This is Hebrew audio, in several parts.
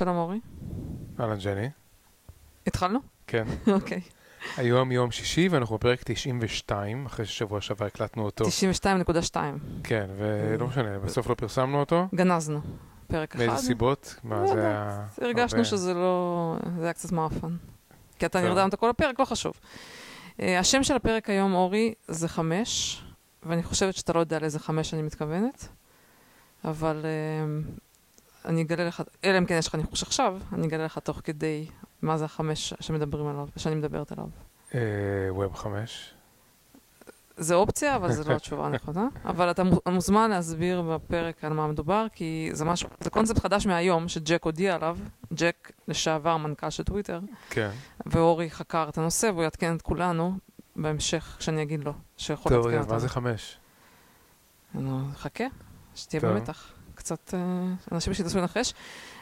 שלום אורי. אהלן ג'ני. התחלנו? כן. אוקיי. היום יום שישי ואנחנו בפרק 92, אחרי ששבוע שעבר הקלטנו אותו. 92.2. כן, ולא משנה, בסוף לא פרסמנו אותו. גנזנו. פרק אחד. מאיזה סיבות? מה זה היה... הרגשנו שזה לא... זה היה קצת מאפן. כי אתה נרדמת כל הפרק, לא חשוב. השם של הפרק היום, אורי, זה 5, ואני חושבת שאתה לא יודע לאיזה 5 אני מתכוונת, אבל אני אגלה לך, אלא אם כן יש לך ניחוש עכשיו, אני אגלה לך תוך כדי מה זה 5 שמדברים עליו, שאני מדברת עליו. ווב 5. זה אופציה, אבל זה לא התשובה הנכונה. אבל אתה מוזמן להסביר בפרק על מה מדובר, כי זה משהו, זה קונספט חדש מהיום, שג'ק הודיע עליו, ג'ק לשעבר מנכ"ל של טוויטר, כן. ואורי חקר את הנושא, והוא יתקן את כולנו בהמשך, כשאני אגיד לו, שיכול להתקן אותנו. מה זה 5? חכה, שתהיה במתח. קצת אנשים שיתעשו לנחש.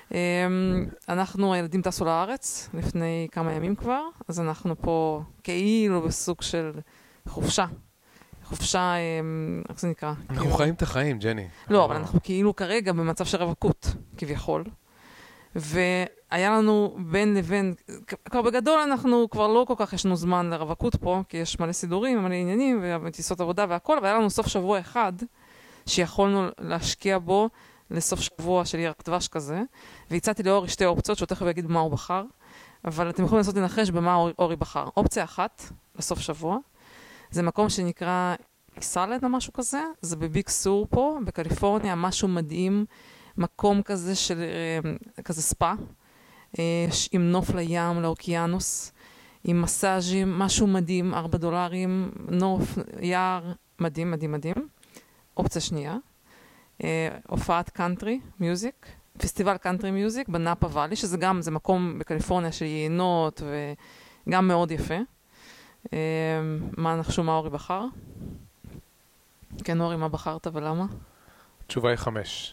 אנחנו, הילדים טסו לארץ, לפני כמה ימים כבר, אז אנחנו פה כאילו בסוג של חופשה. חופשה, איך זה נקרא? אנחנו חיים את החיים, ג'ני. לא, אבל אנחנו כאילו כרגע במצב של רווקות, כביכול. והיה לנו בין לבין, כבר בגדול אנחנו כבר לא כל כך יש לנו זמן לרווקות פה, כי יש מלא סידורים, מלא עניינים, וטיסות עבודה והכל, והיה לנו סוף שבוע אחד, שיכולנו להשקיע בו לסוף שבוע של ירק דבש כזה, והצעתי לאורי שתי אופציות, שהוא תכף יגיד מה הוא בחר, אבל אתם יכולים לנסות לנחש במה אורי בחר. אופציה אחת, לסוף שבוע, זה מקום שנקרא סלד או משהו כזה, זה בביג סור פה, בקליפורניה, משהו מדהים, מקום כזה של, כזה ספה, עם נוף לים, לאוקיינוס, עם מסאז'ים, משהו מדהים, $4, נוף, יער, מדהים, מדהים, מדהים. אופציה שנייה, הופעת קאנטרי מיוזיק, פסטיבל קאנטרי מיוזיק בנאפה ואלי, שזה גם, זה מקום בקליפורניה של יינות וגם מאוד יפה. מה נחשו מה אורי בחר? כן אורי, מה בחרת ולמה? התשובה היא 5.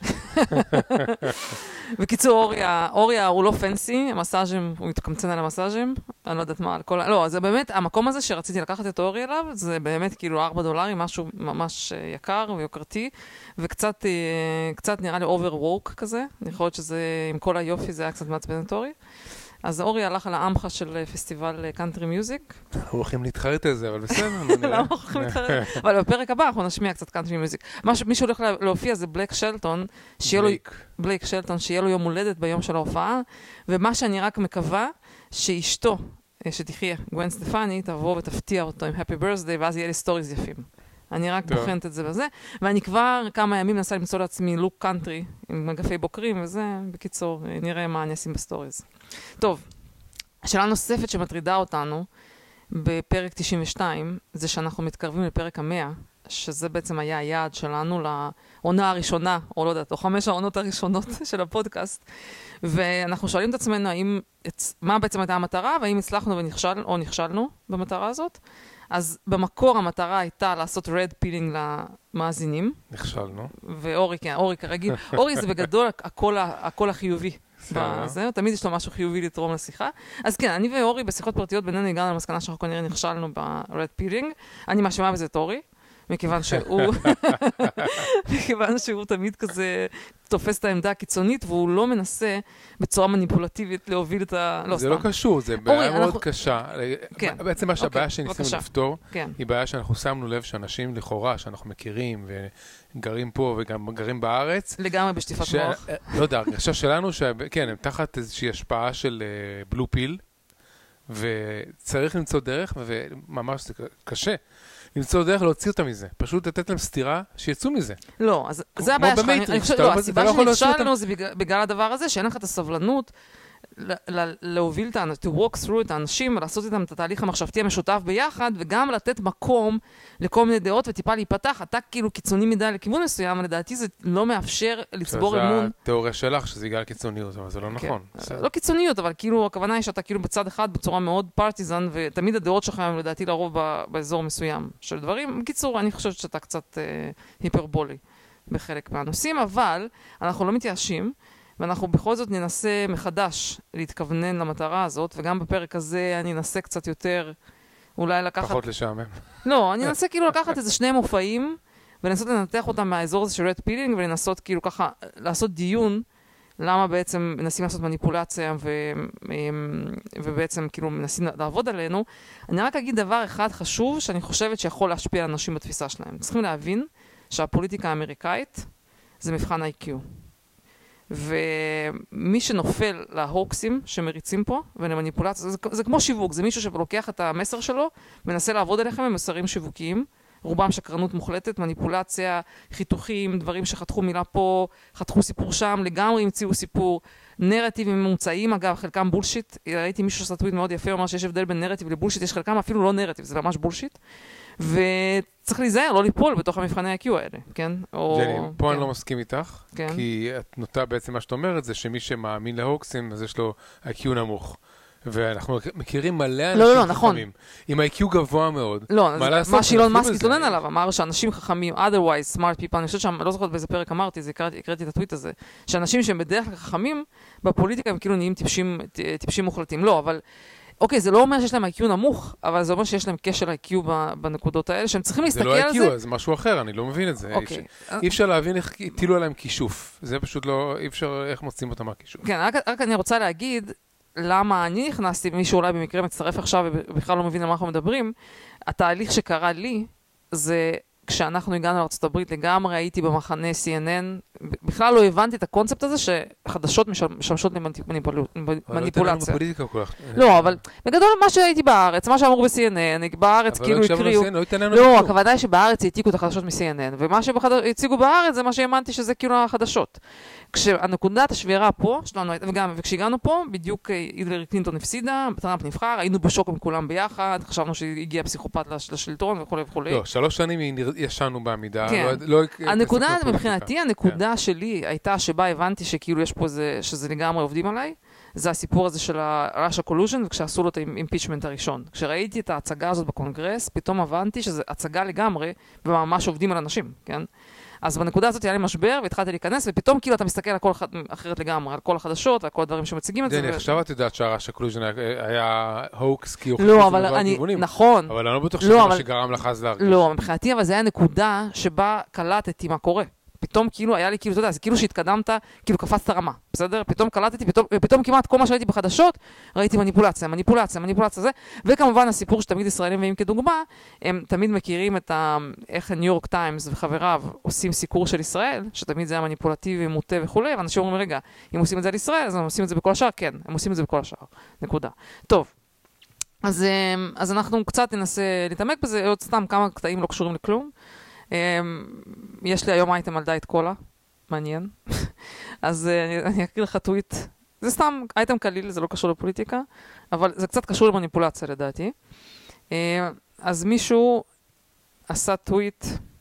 בקיצור, אורי הוא לא פנסי, המסאז'ים, הוא מתקמצן על המסאז'ים, אני לא יודעת מה, על כל... לא, זה באמת, המקום הזה שרציתי לקחת את אורי אליו, זה באמת כאילו $4, משהו ממש יקר ויוקרתי, וקצת נראה לי overwork כזה, אני חושבת שזה, עם כל היופי, זה היה קצת מעצבן את אורי. אז אורי הלך על העמחה של פסטיבל קאנטרי מיוזיק. אנחנו הולכים להתחרט על זה, אבל בסדר, למה אנחנו הולכים להתחרט? אבל בפרק הבא אנחנו נשמיע קצת קאנטרי מיוזיק. מי שהולך להופיע זה בלייק שלטון, שיהיה לו יום הולדת ביום של ההופעה, ומה שאני רק מקווה, שאשתו, שתחיה, גואן סטפני, תבוא ותפתיע אותו עם Happy Birthday, ואז יהיה לי סטוריז יפים. אני רק בוחנת את זה וזה, ואני כבר כמה ימים נסה למצוא לעצמי לוק קאנטרי, עם מגפי בוקרים וזה, בקיצור, נראה מה אני אשים בסטוריז. טוב, השאלה נוספת שמטרידה אותנו בפרק 92, זה שאנחנו מתקרבים לפרק 100, שזה בעצם היה היעד שלנו לעונה הראשונה, או לא יודעת, או 5 העונות הראשונות של הפודקאסט, ואנחנו שואלים את עצמנו מה בעצם הייתה המטרה, והאם הצלחנו או נכשלנו במטרה הזאת. אז במקור המטרה הייתה לעשות רד פילינג למאזינים. נכשלנו. ואורי, כן, אורי כרגיל. אורי זה בגדול הקול החיובי. תמיד יש לו משהו חיובי לתרום לשיחה. אז כן, אני ואורי בשיחות פרטיות בינינו הגענו למסקנה שאנחנו כנראה נכשלנו ב-red peeling. אני מאשימה בזה את אורי, מכיוון שהוא תמיד כזה תופס את העמדה הקיצונית, והוא לא מנסה בצורה מניפולטיבית להוביל את ה... זה לא קשור, זה בעיה מאוד קשה. בעצם הבעיה שניסינו לפתור, היא בעיה שאנחנו שמנו לב שאנשים לכאורה, שאנחנו מכירים וגרים פה וגם גרים בארץ. לגמרי בשטיפת מוח. לא יודע, הרגשה שלנו, כן, הם תחת איזושהי השפעה של בלו פיל, וצריך למצוא דרך, וממש זה קשה. למצוא דרך להוציא אותם מזה. פשוט לתת להם סתירה שיצאו מזה. לא, אז זה הבעיה שלך. לא, הסיבה שנכשלנו זה בגלל הדבר הזה, שאין לך את הסבלנות להוביל to walk through את האנשים, ולעשות איתם את התהליך המחשבתי המשותף ביחד, וגם לתת מקום לכל מיני דעות וטיפה להיפתח. אתה כאילו קיצוני מדי לכיוון מסוים, לדעתי זה לא מאפשר לצבור אמון. זה התיאוריה שלך, שזה יגע קיצוניות, אבל זה לא נכון. לא קיצוניות, אבל כאילו הכוונה היא שאתה כאילו בצד אחד בצורה מאוד פרטיזן, ותמיד הדעות שלך הם לדעתי לרוב באזור מסוים של דברים. בקיצור, אני חושבת שאתה קצת היפרבולי בחלק מהנושאים, אבל אנחנו לא מתייאשים, ואנחנו בכל זאת ננסה מחדש להתכוונן למטרה הזאת, וגם בפרק הזה אני אנסה קצת יותר, אולי לקחת... פחות לשעמם. לא, אני אנסה כאילו לקחת איזה 2 מופעים, ולנסות לנתח אותם מהאזור הזה של רד פילינג, ולנסות כאילו ככה לעשות דיון למה בעצם מנסים לעשות מניפולציה ובעצם כאילו מנסים לעבוד עלינו. אני רק אגיד דבר אחד חשוב שאני חושבת שיכול להשפיע על אנשים בתפיסה שלהם. צריכים להבין שהפוליטיקה האמריקאית זה מבחן IQ. ומי שנופל להוקסים שמריצים פה ולמניפולציה, זה כמו שיווק, זה מישהו שלוקח את המסר שלו, מנסה לעבוד עליכם במסרים שיווקיים, רובם שקרנות מוחלטת, מניפולציה, חיתוכים, דברים שחתכו מילה פה, חתכו סיפור שם, לגמרי המציאו סיפור, נרטיבים ממוצעים, אגב, חלקם בולשיט, ראיתי מישהו שעשה טוויט מאוד יפה, אומר שיש הבדל בין נרטיב לבולשיט, יש חלקם אפילו לא נרטיב, זה ממש בולשיט, וצריך להיזהר, לא ליפול בתוך המבחני ה-IQ האלה, כן? ג'ני, פה אני לא מסכים איתך, כי את נוטה בעצם מה שאת אומרת, זה שמי שמאמין להוקסים, אז יש לו IQ נמוך. ואנחנו מכירים מלא אנשים חכמים. עם IQ גבוה מאוד. לא, מה שאילון מאסק התלונן עליו, אמר שאנשים חכמים, otherwise smart people, אני חושבת שאני לא זוכרת באיזה פרק אמרתי, הקראתי את הטוויט הזה, שאנשים שהם בדרך כלל חכמים, בפוליטיקה הם כאילו נהיים טיפשים מוחלטים. לא, אבל אוקיי, זה לא אומר שיש להם IQ נמוך, אבל זה אומר שיש להם כשל IQ בנקודות האלה, שהם צריכים להסתכל על זה. זה לא IQ, זה משהו אחר, אני לא מבין את זה. אי אפשר להבין איך הטילו עליהם כישוף. זה פשוט לא, אי אפשר איך מוצאים אותם מהכישוף. כן, רק אני רוצה להגיד למה אני נכנסתי, מישהו אולי במקרה מצטרף עכשיו ובכלל לא מבין על מה אנחנו מדברים, התהליך שקרה לי זה כשאנחנו הגענו לארצות הברית, לגמרי הייתי במחנה CNN, בכלל לא הבנתי את הקונספט הזה שחדשות משמשות למניפולציה. לא, אבל בגדול מה שהייתי בארץ, מה שאמרו ב-CNN, בארץ כאילו הקריאו, לא, הכוונה היא שבארץ העתיקו את החדשות מ-CNN, ומה שהציגו בארץ זה מה שהאמנתי שזה כאילו החדשות. כשהנקודת השבירה פה, וגם וכשהגענו פה, בדיוק הילרי קלינטון הפסידה, טראמפ נבחר, היינו בשוק עם כולם ביחד, חשבנו שהגיע פסיכופת לשלטון וכו' וכו'. לא, 3 שנים ישנו בעמידה. הנקודה, מבחינתי, הנקודה שלי הייתה שבה הבנתי שכאילו יש פה שזה לגמרי עובדים עליי, זה הסיפור הזה של ה-Russia Collusion, וכשעשו לו את האימפיצ'מנט הראשון. כשראיתי את ההצגה הזאת בקונגרס, פתאום הבנתי שזה הצגה לגמרי, וממש עובדים על אנשים, כן? אז בנקודה הזאת היה לי משבר, והתחלתי להיכנס, ופתאום כאילו אתה מסתכל על כל אחרת לגמרי, על כל החדשות, ועל כל הדברים שמציגים את זה. דני, עכשיו את יודעת שה-Russia Collusion היה הוקס, כי הוא חושב בדבר כיוונים. נכון. אבל אני לא בטוח שזה מה שגרם לך אז להרגיש. לא, מבחינתי, אבל זה היה נקודה שבה קלטתי מה קורה. פתאום כאילו היה לי, כאילו, אתה יודע, זה כאילו שהתקדמת, כאילו קפצת רמה, בסדר? פתאום קלטתי, ופתאום כמעט כל מה שראיתי בחדשות, ראיתי מניפולציה, זה, וכמובן הסיפור שתמיד ישראלים ואם כדוגמה, הם תמיד מכירים את איך ניו יורק טיימס וחבריו עושים סיקור של ישראל, שתמיד זה היה מניפולטיבי, מוטה וכו', ואנשים אומרים, רגע, אם עושים את זה על ישראל, אז הם עושים את זה בכל השאר? כן, הם עושים את זה בכל השאר. נקודה. טוב. אז אנחנו קצת ננסה להתעמק בזה, עוד סתם כמה קטעים לא קשורים לכלום. יש לי היום אייטם על דיאט קולה, מעניין. אז אני אקריא לך טוויט. זה סתם אייטם קליל, זה לא קשור לפוליטיקה, אבל זה קצת קשור למניפולציה לדעתי. אז מישהו עשה טוויט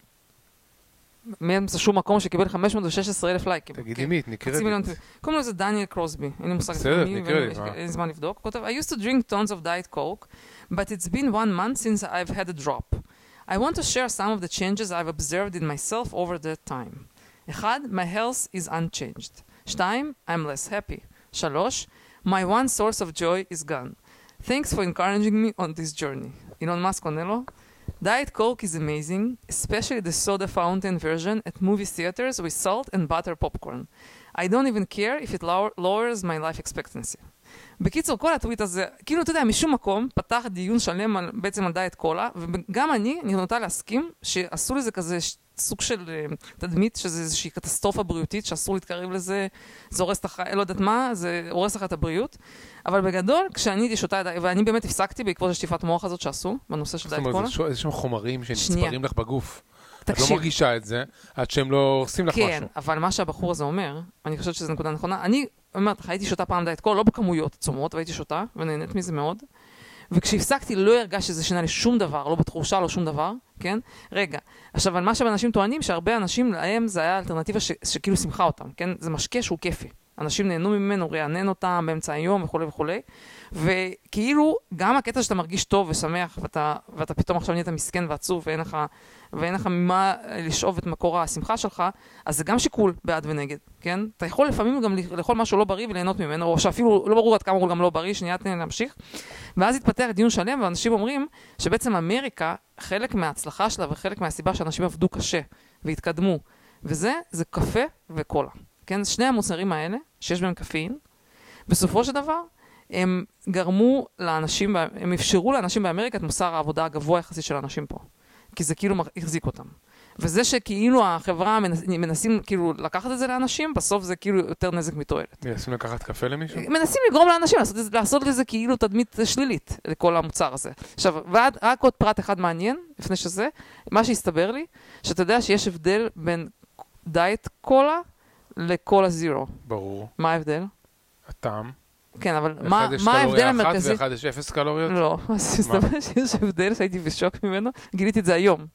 מאמצע שום מקום שקיבל 516,000 לייקים. תגידי מי, נקרא את זה. קוראים לזה דניאל קרוסבי. אין לי מושג אין זמן לבדוק. כותב, I used to drink tons of diet coke, but it's been 1 month since I've had a drop. I want to share some of the changes I've observed in myself over that time. 1. My health is unchanged. 2. I'm less happy. 3. My one source of joy is gone. Thanks for encouraging me on this journey. אילון מאסק עונה לו, Diet Coke is amazing, especially the soda fountain version at movie theaters with salt and butter popcorn. I don't even care if it lowers my life expectancy. בקיצור, כל הטוויט הזה, כאילו, אתה יודע, משום מקום פתח דיון שלם בעצם על דיאט קולה, וגם אני נוטה להסכים שעשו לזה כזה סוג של תדמית, שזה איזושהי קטסטרופה בריאותית, שאסור להתקרב לזה, זה הורס לך, לא יודעת מה, זה הורס לך את הבריאות. אבל בגדול, כשאני הייתי שותה, ואני באמת הפסקתי בעקבות השטיפת מוח הזאת שעשו, בנושא של דיאט קולה. זאת אומרת, יש שם חומרים שנצפרים לך בגוף. את לא מרגישה את זה, עד שהם לא עושים לך משהו. כן, אבל מה שהבחור הזה אומר, אני חושבת שזו נקודה נכונה, אני אומרת, הייתי שותה פעם דיאט קולה, לא בכמויות עצומות, והייתי שותה, ונהנית מזה מאוד. וכשהפסקתי לא הרגש שזה שינה לי שום דבר, לא בתחושה, לא שום דבר, כן? רגע, עכשיו, על מה שאנשים טוענים, שהרבה אנשים להם זה היה אלטרנטיבה שכאילו שמחה אותם, כן? זה משקה שהוא כיפי. אנשים נהנו ממנו, רענן אותם באמצע היום וכו' וכו'. וכאילו, גם הקטע שאתה מרגיש טוב ושמח, ואתה פתאום עכשיו נהיית מסכן ועצוב, ואין לך ממה לשאוב את מקור השמחה שלך, אז זה גם שיקול בעד ונגד, כן? אתה יכול לפעמים גם לאכול משהו לא בריא וליהנות ממנו, או שאפילו לא ברור עד כמה הוא גם לא בריא, שנייה תן להמשיך. ואז התפתח דיון שלם, ואנשים אומרים שבעצם אמריקה, חלק מההצלחה שלה וחלק מהסיבה שאנשים עבדו קשה והתקדמו, וזה קפה וקולה. כן? שני המוצרים האלה, שיש בהם קפאין, בסופו של דבר, הם גרמו לאנשים, הם אפשרו לאנשים באמריקה את מוסר העבודה הגבוה יחסית של האנשים פה. כי זה כאילו החזיק אותם. וזה שכאילו החברה מנסים כאילו לקחת את זה לאנשים, בסוף זה כאילו יותר נזק מתועלת. מנסים לקחת קפה למישהו? מנסים לגרום לאנשים, לעשות לזה כאילו תדמית שלילית לכל המוצר הזה. עכשיו, רק עוד פרט אחד מעניין, לפני שזה, מה שהסתבר לי, שאתה יודע שיש הבדל בין דיאט קולה לקולה זירו. ברור. מה ההבדל? הטעם. כן, אבל מה ההבדל המרכזי? ואחד יש 0 קלוריות? לא, אז הסתבר שיש הבדל שהייתי בשוק ממנו, גיליתי את זה היום.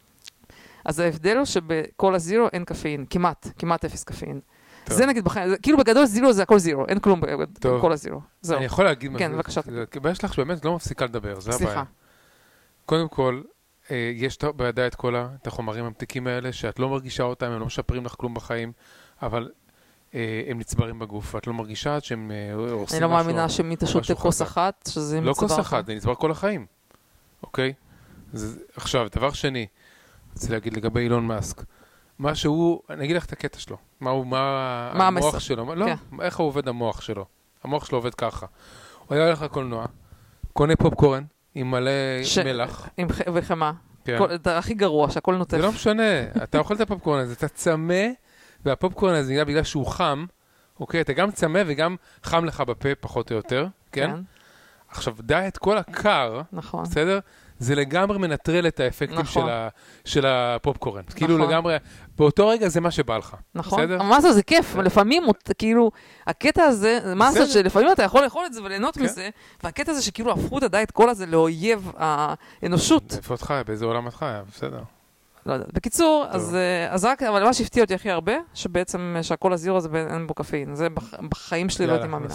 אז ההבדל הוא שבקולה זירו אין קפאין, כמעט 0 קפאין. זה נגיד בחיים, כאילו בגדול זירו זה הכל זירו, אין כלום בקולה זירו. אני יכול להגיד כן, בבקשה. הבעיה שלך שבאמת לא מפסיקה לדבר, זה הבעיה. סליחה. קודם כל, יש בידי את כל החומרים המתיקים האלה, שאת לא מרגישה אותם, הם לא משפרים לך כלום בחיים, אבל הם נצברים בגוף, ואת לא מרגישה שהם עושים משהו. אני לא מאמינה שמי תשותה כוס אחת, שזה נצבר. לא כוס אחת, זה נצבר כל החיים. אוקיי? עכשיו, דבר שני, רוצה להגיד לגבי אילון מאסק. מה שהוא, אני אגיד לך את הקטע שלו. מה המוח שלו. לא, איך הוא עובד המוח שלו. המוח שלו עובד ככה. הוא היה הולך לקולנוע, קונה פופקורן עם מלא מלח. וחמה. זה הכי גרוע, שהכל נוטף. זה לא משנה. אתה אוכל את הפופקורן הזה, אתה צמא, והפופקורן הזה בגלל שהוא חם, אוקיי? אתה גם צמא וגם חם לך בפה פחות או יותר, כן? עכשיו, דיאט כל הקר, בסדר? זה לגמרי מנטרל את האפקטים של הפופקורן. כאילו לגמרי, באותו רגע זה מה שבא לך. נכון. מה זה כיף, לפעמים, כאילו, הקטע הזה, מה זה שלפעמים אתה יכול לאכול את זה וליהנות מזה, והקטע הזה שכאילו הפכו את הדיאט כל הזה לאויב האנושות. איפה את חיה? באיזה עולם את חיה? בסדר. לא יודע. בקיצור, אז רק, אבל מה שהפתיע אותי הכי הרבה, שבעצם שהכל הזירו הזה אין בו קפאין. זה בחיים שלי לא הייתי מאמינה.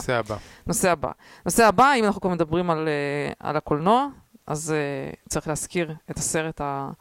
נושא הבא, אם אנחנו כבר מדברים על הקולנוע, אז צריך להזכיר את הסרט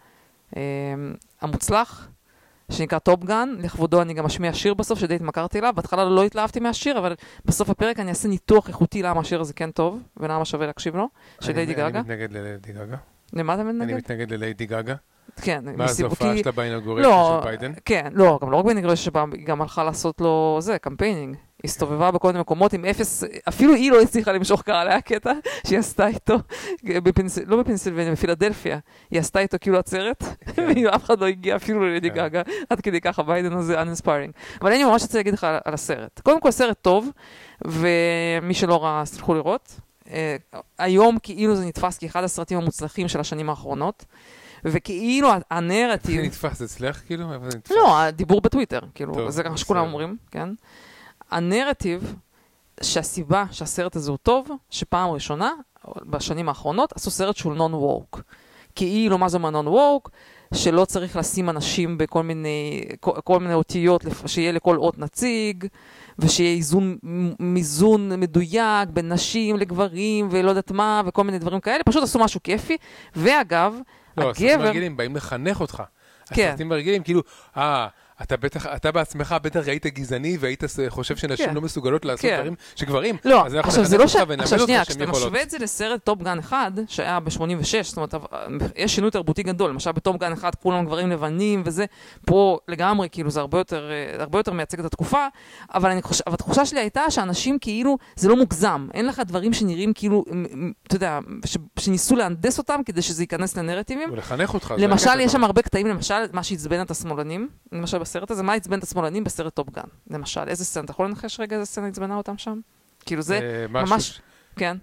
המוצלח, שנקרא טופ גן. לכבודו אני גם אשמיע שיר בסוף, שדי התמכרתי אליו. בהתחלה לא התלהבתי מהשיר, אבל בסוף הפרק אני אעשה ניתוח איכותי למה השיר הזה כן טוב, ולמה שווה להקשיב לו, של ליידי גגה. אני מתנגד לליידי גגה. למה אתה מתנגד? אני מתנגד לליידי גגה. כן. מה זה הופעה שלה באינאוגורציה של ביידן? כן, לא, גם לא רק באינאוגורציה שבה, היא גם הלכה לעשות לו קמפיינינג. היא הסתובבה בכל מיני מקומות עם אפס, אפילו היא לא הצליחה למשוך קהל, היה קטע שהיא עשתה איתו, לא בפנסילבניה, בפילדלפיה, היא עשתה איתו כאילו עצרת, ואף אחד לא הגיע אפילו לליידי גגה, עד כדי ככה ביידן הזה uninspiring. אבל אני ממש רוצה להגיד לך על הסרט. קודם כל סרט טוב, ומי שלא ראה, סלחו לראות. היום כאילו זה נתפס כאחד הסרטים המוצלחים של השנים האחרונות, וכאילו הנרטיב... זה נתפס אצלך כאילו? לא, הדיבור בטוויטר, כאילו, זה ככה שכולם אומרים, כן? הנרטיב שהסיבה שהסרט הזה הוא טוב, שפעם ראשונה, בשנים האחרונות, עשו סרט שהוא נון-ווק. כאילו, מה זה נון-ווק? שלא צריך לשים אנשים בכל מיני אותיות, שיהיה לכל אות נציג, ושיהיה מיזון מדויק בין נשים לגברים, ולא יודעת מה, וכל מיני דברים כאלה. פשוט עשו משהו כיפי, ואגב, לא, הסרטים הרגילים באים לחנך אותך. כן. הסרטים הרגילים, כאילו, אתה בעצמך בטח ראית גזעני, והיית חושב שנשים לא מסוגלות לעשות דברים שגברים. לא, עכשיו זה לא עכשיו שנייה, כשאתה משווה את זה לסרט טופ גן אחד, שהיה ב-86, זאת אומרת, יש שינוי תרבותי גדול, למשל בטופ גן אחד כולם גברים לבנים וזה, פה לגמרי, כאילו זה הרבה יותר מייצג את התקופה, אבל התחושה שלי הייתה שאנשים כאילו, זה לא מוגזם, אין לך דברים שנראים כאילו, אתה יודע, שניסו להנדס אותם כדי שזה ייכנס לנרטיבים. ולחנך אותך. למשל, יש שם הרבה קטעים, למשל, מה שהצבן את השמאלנים, למשל בסרט הזה, מה הצבן את השמאלנים בסרט טופ גן? למשל, איזה סצנה? אתה יכול לנחש רגע איזה סצנה הצבנה אותם שם? כאילו זה ממש... כן.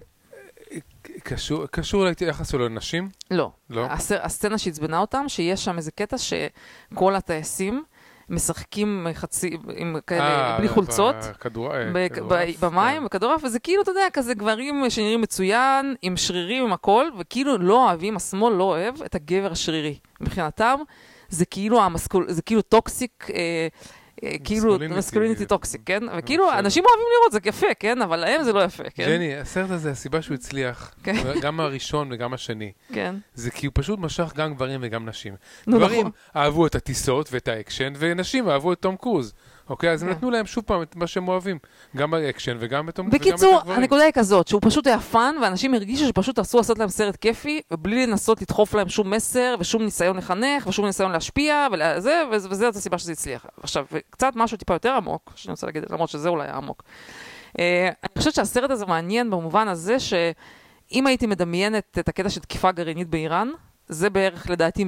קשור ליחס שלו לנשים? לא. הסצנה שהצבנה אותם, שיש שם איזה קטע שכל הטייסים משחקים עם כאלה, בלי חולצות, במים, בכדורעף, וזה כאילו, אתה יודע, כזה גברים שנראים מצוין, עם שרירים, עם הכל, וכאילו לא אוהבים, השמאל לא אוהב את הגבר השרירי. מבחינתם, זה כאילו טוקסיק, כאילו מסקוליניטי טוקסיק, כן? וכאילו אנשים אוהבים לראות, זה יפה, כן? אבל להם זה לא יפה, כן? ג'ני, הסרט הזה, הסיבה שהוא הצליח, גם הראשון וגם השני, זה כי הוא פשוט משך גם גברים וגם נשים. גברים אהבו את הטיסות ואת האקשן, ונשים אהבו את תום קרוז. אוקיי, אז הם כן. נתנו להם שוב פעם את מה שהם אוהבים. גם באקשן וגם את הגברים. בקיצור, הנקודה היא כזאת, שהוא פשוט היה פאן, ואנשים הרגישו שפשוט אסור לעשות להם סרט כיפי, ובלי לנסות לדחוף להם שום מסר, ושום ניסיון לחנך, ושום ניסיון להשפיע, וזה הסיבה שזה הצליח. עכשיו, קצת משהו טיפה יותר עמוק, שאני רוצה להגיד, למרות שזה אולי עמוק. אני חושבת שהסרט הזה מעניין במובן הזה שאם הייתי מדמיינת את הקטע של תקיפה גרעינית באיראן, זה בערך לדעתי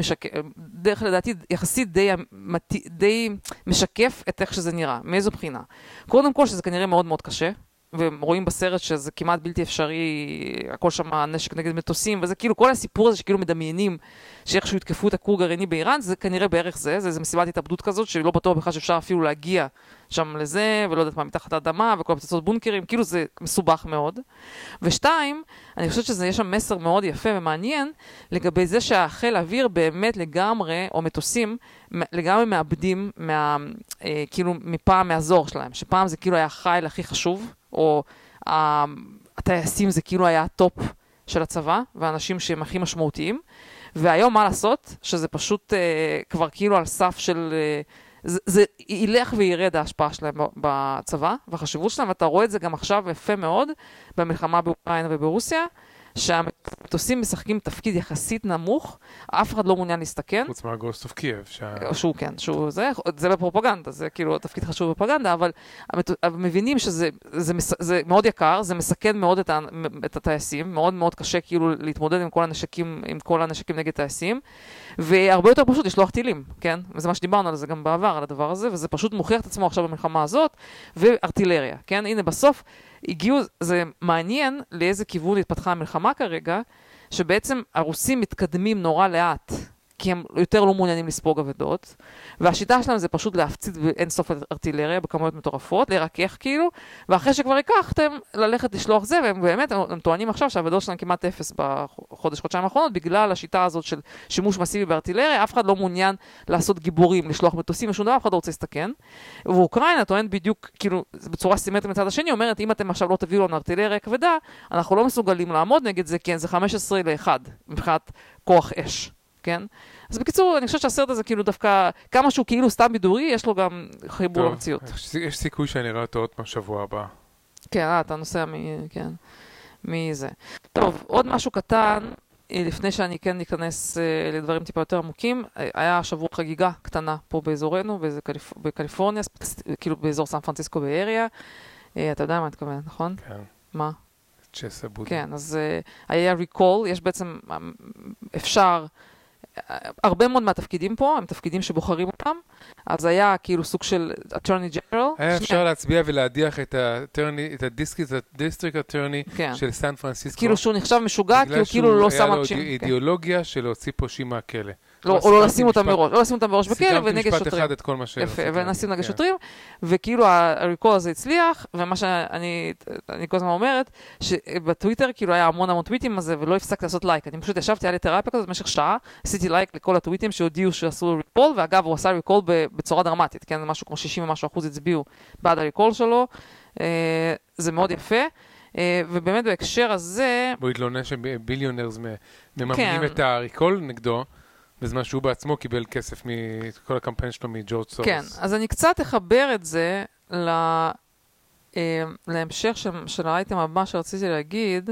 יחסית די משקף את איך שזה נראה. מאיזו בחינה? קודם כל שזה כנראה מאוד מאוד קשה, ורואים בסרט שזה כמעט בלתי אפשרי, הכל שם נשק נגד מטוסים, וזה כאילו כל הסיפור הזה שכאילו מדמיינים שאיכשהו יתקפו את הכור גרעיני באיראן, זה כנראה בערך זה מסיבת התאבדות כזאת, שלא בטוח בכלל שאפשר אפילו להגיע שם לזה, ולא יודעת מה מתחת האדמה, וכל הפצצות בונקרים, כאילו זה מסובך מאוד. ושתיים, אני חושבת שיש שם מסר מאוד יפה ומעניין, לגבי זה שהחיל האוויר באמת לגמרי, או מטוסים, לגמרי מאבדים כאילו מפעם מהזור שלהם, שפעם זה כאילו היה החיל הכי חשוב, או הטייסים זה כאילו היה הטופ של הצבא, והאנשים שהם הכי משמעותיים, והיום מה לעשות? שזה פשוט כבר כאילו על סף של... זה ילך וירד ההשפעה שלהם בצבא, והחשיבות שלהם, ואתה רואה את זה גם עכשיו יפה מאוד, במלחמה באוקראינה וברוסיה, שהמטוסים משחקים תפקיד יחסית נמוך, אף אחד לא מעוניין להסתכן. חוץ מהגוסט אוף קייב. שהוא כן, זה בפרופגנדה, זה כאילו תפקיד חשוב בפרופגנדה, אבל מבינים שזה מאוד יקר, זה מסכן מאוד את הטייסים, מאוד מאוד קשה כאילו להתמודד עם כל הנשקים נגד טייסים, והרבה יותר פשוט לשלוח טילים, כן? וזה מה שדיברנו על זה גם בעבר, על הדבר הזה, וזה פשוט מוכיח את עצמו עכשיו במלחמה הזאת, וארטילריה, כן? הנה בסוף הגיעו, זה מעניין לאיזה כיוון התפתחה המלחמה כרגע, שבעצם הרוסים מתקדמים נורא לאט, כי הם יותר לא מעוניינים לספוג אבדות, והשיטה שלהם זה פשוט להפציץ באין סוף ארטילריה בכמויות מטורפות, לרכך כאילו, ואחרי שכבר הקחתם, ללכת לשלוח זה, והם באמת, הם טוענים עכשיו שהאבדות שלהם כמעט אפס חודשיים האחרונות, בגלל השיטה הזאת של שימוש מסיבי בארטילריה, אף אחד לא מעוניין לעשות גיבורים, לשלוח מטוסים, ושום דבר, אף אחד לא רוצה להסתכן. ואוקראינה טוען בדיוק, כאילו, בצורה סימטרית מצד השני, אומרת, אם אתם עכשיו לא תביאו לנו ארטילריה כבדה, אנחנו לא מסוגלים לעמוד נגד זה, כן, זה 15-1, מבחינת כוח אש. כן? אז בקיצור, אני חושבת שהסרט הזה כאילו דווקא, כמה שהוא כאילו סתם בידורי, יש לו גם חיבור למציאות. יש סיכוי שאני אראה אותו עוד מהשבוע הבא. כן, אתה נוסע מזה. טוב, עוד משהו קטן, לפני שאני כן ניכנס לדברים טיפה יותר עמוקים, היה שבוע חגיגה קטנה פה באזורנו, בקליפורניה, כאילו באזור סן פרנסיסקו באריה. אתה יודע מה התכוון, נכון? כן. מה? צ'סה בודה. כן, אז היה ריקול, יש בעצם, אפשר... הרבה מאוד מהתפקידים פה, הם תפקידים שבוחרים אותם, אז היה כאילו סוג של Attorney General. היה אפשר להצביע ולהדיח את ה-District Attorney של סן פרנסיסקו. כאילו שהוא נחשב משוגע, כאילו לא שם אנשים. היה לו אידיאולוגיה של להוציא פושעים מהכלא. או לא לשים אותם מראש, לא לשים אותם בראש בכלא ונגד שוטרים. סיכמתי משפט אחד את כל מה יפה, ונשים נגד שוטרים, וכאילו הריקול הזה הצליח, ומה שאני כל הזמן אומרת, שבטוויטר כאילו היה המון טוויטים הזה, ולא הפסקתי לעשות לייק. אני פשוט ישבתי על תרפיה כזאת במשך שעה, עשיתי לייק לכל הטוויטים שהודיעו שעשו ריקול, ואגב הוא עשה ריקול בצורה דרמטית, כן? זה משהו כמו 60% הצביעו בעד הריקול שלו, זה מאוד יפה. ובאמת בהקשר הזה... בוא התלונן שביליונרס מממנים את הריקול נגדו, בזמן שהוא בעצמו קיבל כסף מכל הקמפיין שלו מג'ורג' סורוס. כן, אז אני קצת אחבר את זה להמשך של האייטם הבא שרציתי להגיד.